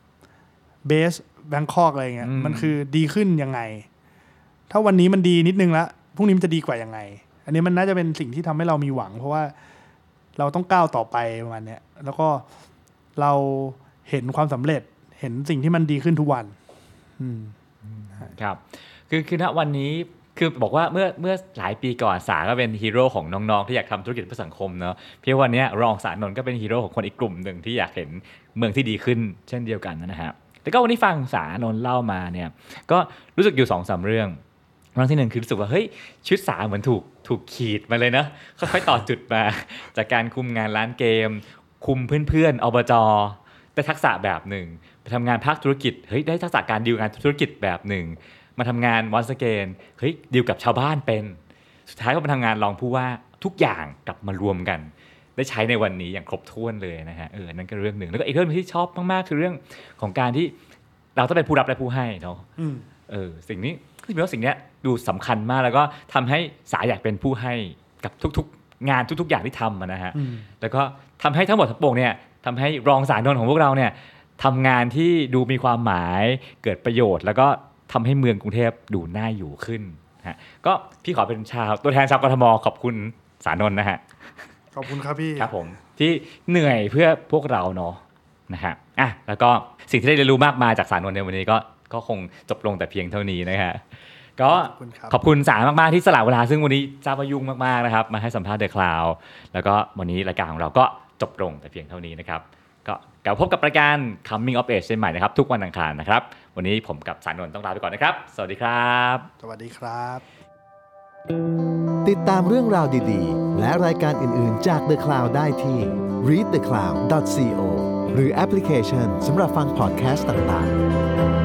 base Bangkok อะไรเงี้ยมันคือดีขึ้นยังไงถ้าวันนี้มันดีนิดนึงแล้วพรุ่งนี้มันจะดีกว่ายังไงอันนี้มันน่าจะเป็นสิ่งที่ทำให้เรามีหวังเพราะว่าเราต้องก้าวต่อไปประมาณนี้แล้วก็เราเห็นความสำเร็จเห็นสิ่งที่มันดีขึ้นทุกวันครับคือณวันนี้คือบอกว่าเมื่อหลายปีก่อนสาก็เป็นฮีโร่ของน้องๆที่อยากทำธุรกิจเพื่อสังคมเนาะเพียงวันนี้รองสานนท์ก็เป็นฮีโร่ของคนอีกกลุ่มหนึ่งที่อยากเห็นเมืองที่ดีขึ้นเช่นเดียวกันนะฮะแต่ก็วันนี้ฟังสานนท์เล่ามาเนี่ยก็รู้สึกอยู่ 2-3 เรื่องที่1คือรู้สึกว่าเฮ้ยชีวิตสาเหมือนถูกขีดมาเลยนะค่อยๆต่อจุดมาจากการคุมงานร้านเกมคุมเพื่อนๆอบจ.ได้ทักษะแบบหนึ่งไปทำงานภาคธุรกิจเฮ้ยได้ทักษะการดีลงานธุรกิจแบบหนึ่งมาทำงานวันสเกนเฮ้ยดีลกับชาวบ้านเป็นสุดท้ายก็มาทำงานรองผู้ว่าทุกอย่างกลับมารวมกันได้ใช้ในวันนี้อย่างครบถ้วนเลยนะฮะนั่นก็เรื่องหนึ่งแล้วก็อีกเรื่องที่ชอบมากๆคือเรื่องของการที่เราต้องเป็นผู้รับและผู้ให้เนาะสิ่งนี้คือเป็นว่าสิ่งนี้ดูสำคัญมากแล้วก็ทำให้สาอยากเป็นผู้ให้กับทุกๆงานทุกๆอย่างที่ทำนะฮะแล้วก็ทำให้ทั้งหมดทั้งปวงเนี่ยทำให้รองสานนท์ของพวกเราเนี่ยทำงานที่ดูมีความหมายเกิดประโยชน์แล้วก็ทำให้เมืองกรุงเทพดูน่าอยู่ขึ้นฮะก็พี่ขอเป็นตัวแทนชาวกทมขอบคุณสานนท์นะฮะขอบคุณครับพี่ครับผมที่เหนื่อยเพื่อพวกเราเนาะนะฮะแล้วก็สิ่งที่ได้เรียนรู้มากมายจากสานนท์ในวันนี้ก็คงจบลงแต่เพียงเท่านี้นะฮะก็ขอบคุณสามากๆที่สละเวลาซึ่งวันนี้ทราบว่ายุ่งมากๆนะครับมาให้สัมภาษณ์ The Cloud แล้วก็วันนี้รายการของเราก็จบลงแต่เพียงเท่านี้นะครับก็กลับพบกับรายการ Coming of Age ใหม่นะครับทุกวันอังคารนะครับวันนี้ผมกับสานนท์ต้องลาไปก่อนนะครับสวัสดีครับสวัสดีครับติดตามเรื่องราวดีๆและรายการอื่นๆจาก The Cloud ได้ที่ readthecloud.co หรือแอปพลิเคชันสำหรับฟังพอดแคสต์ต่างๆ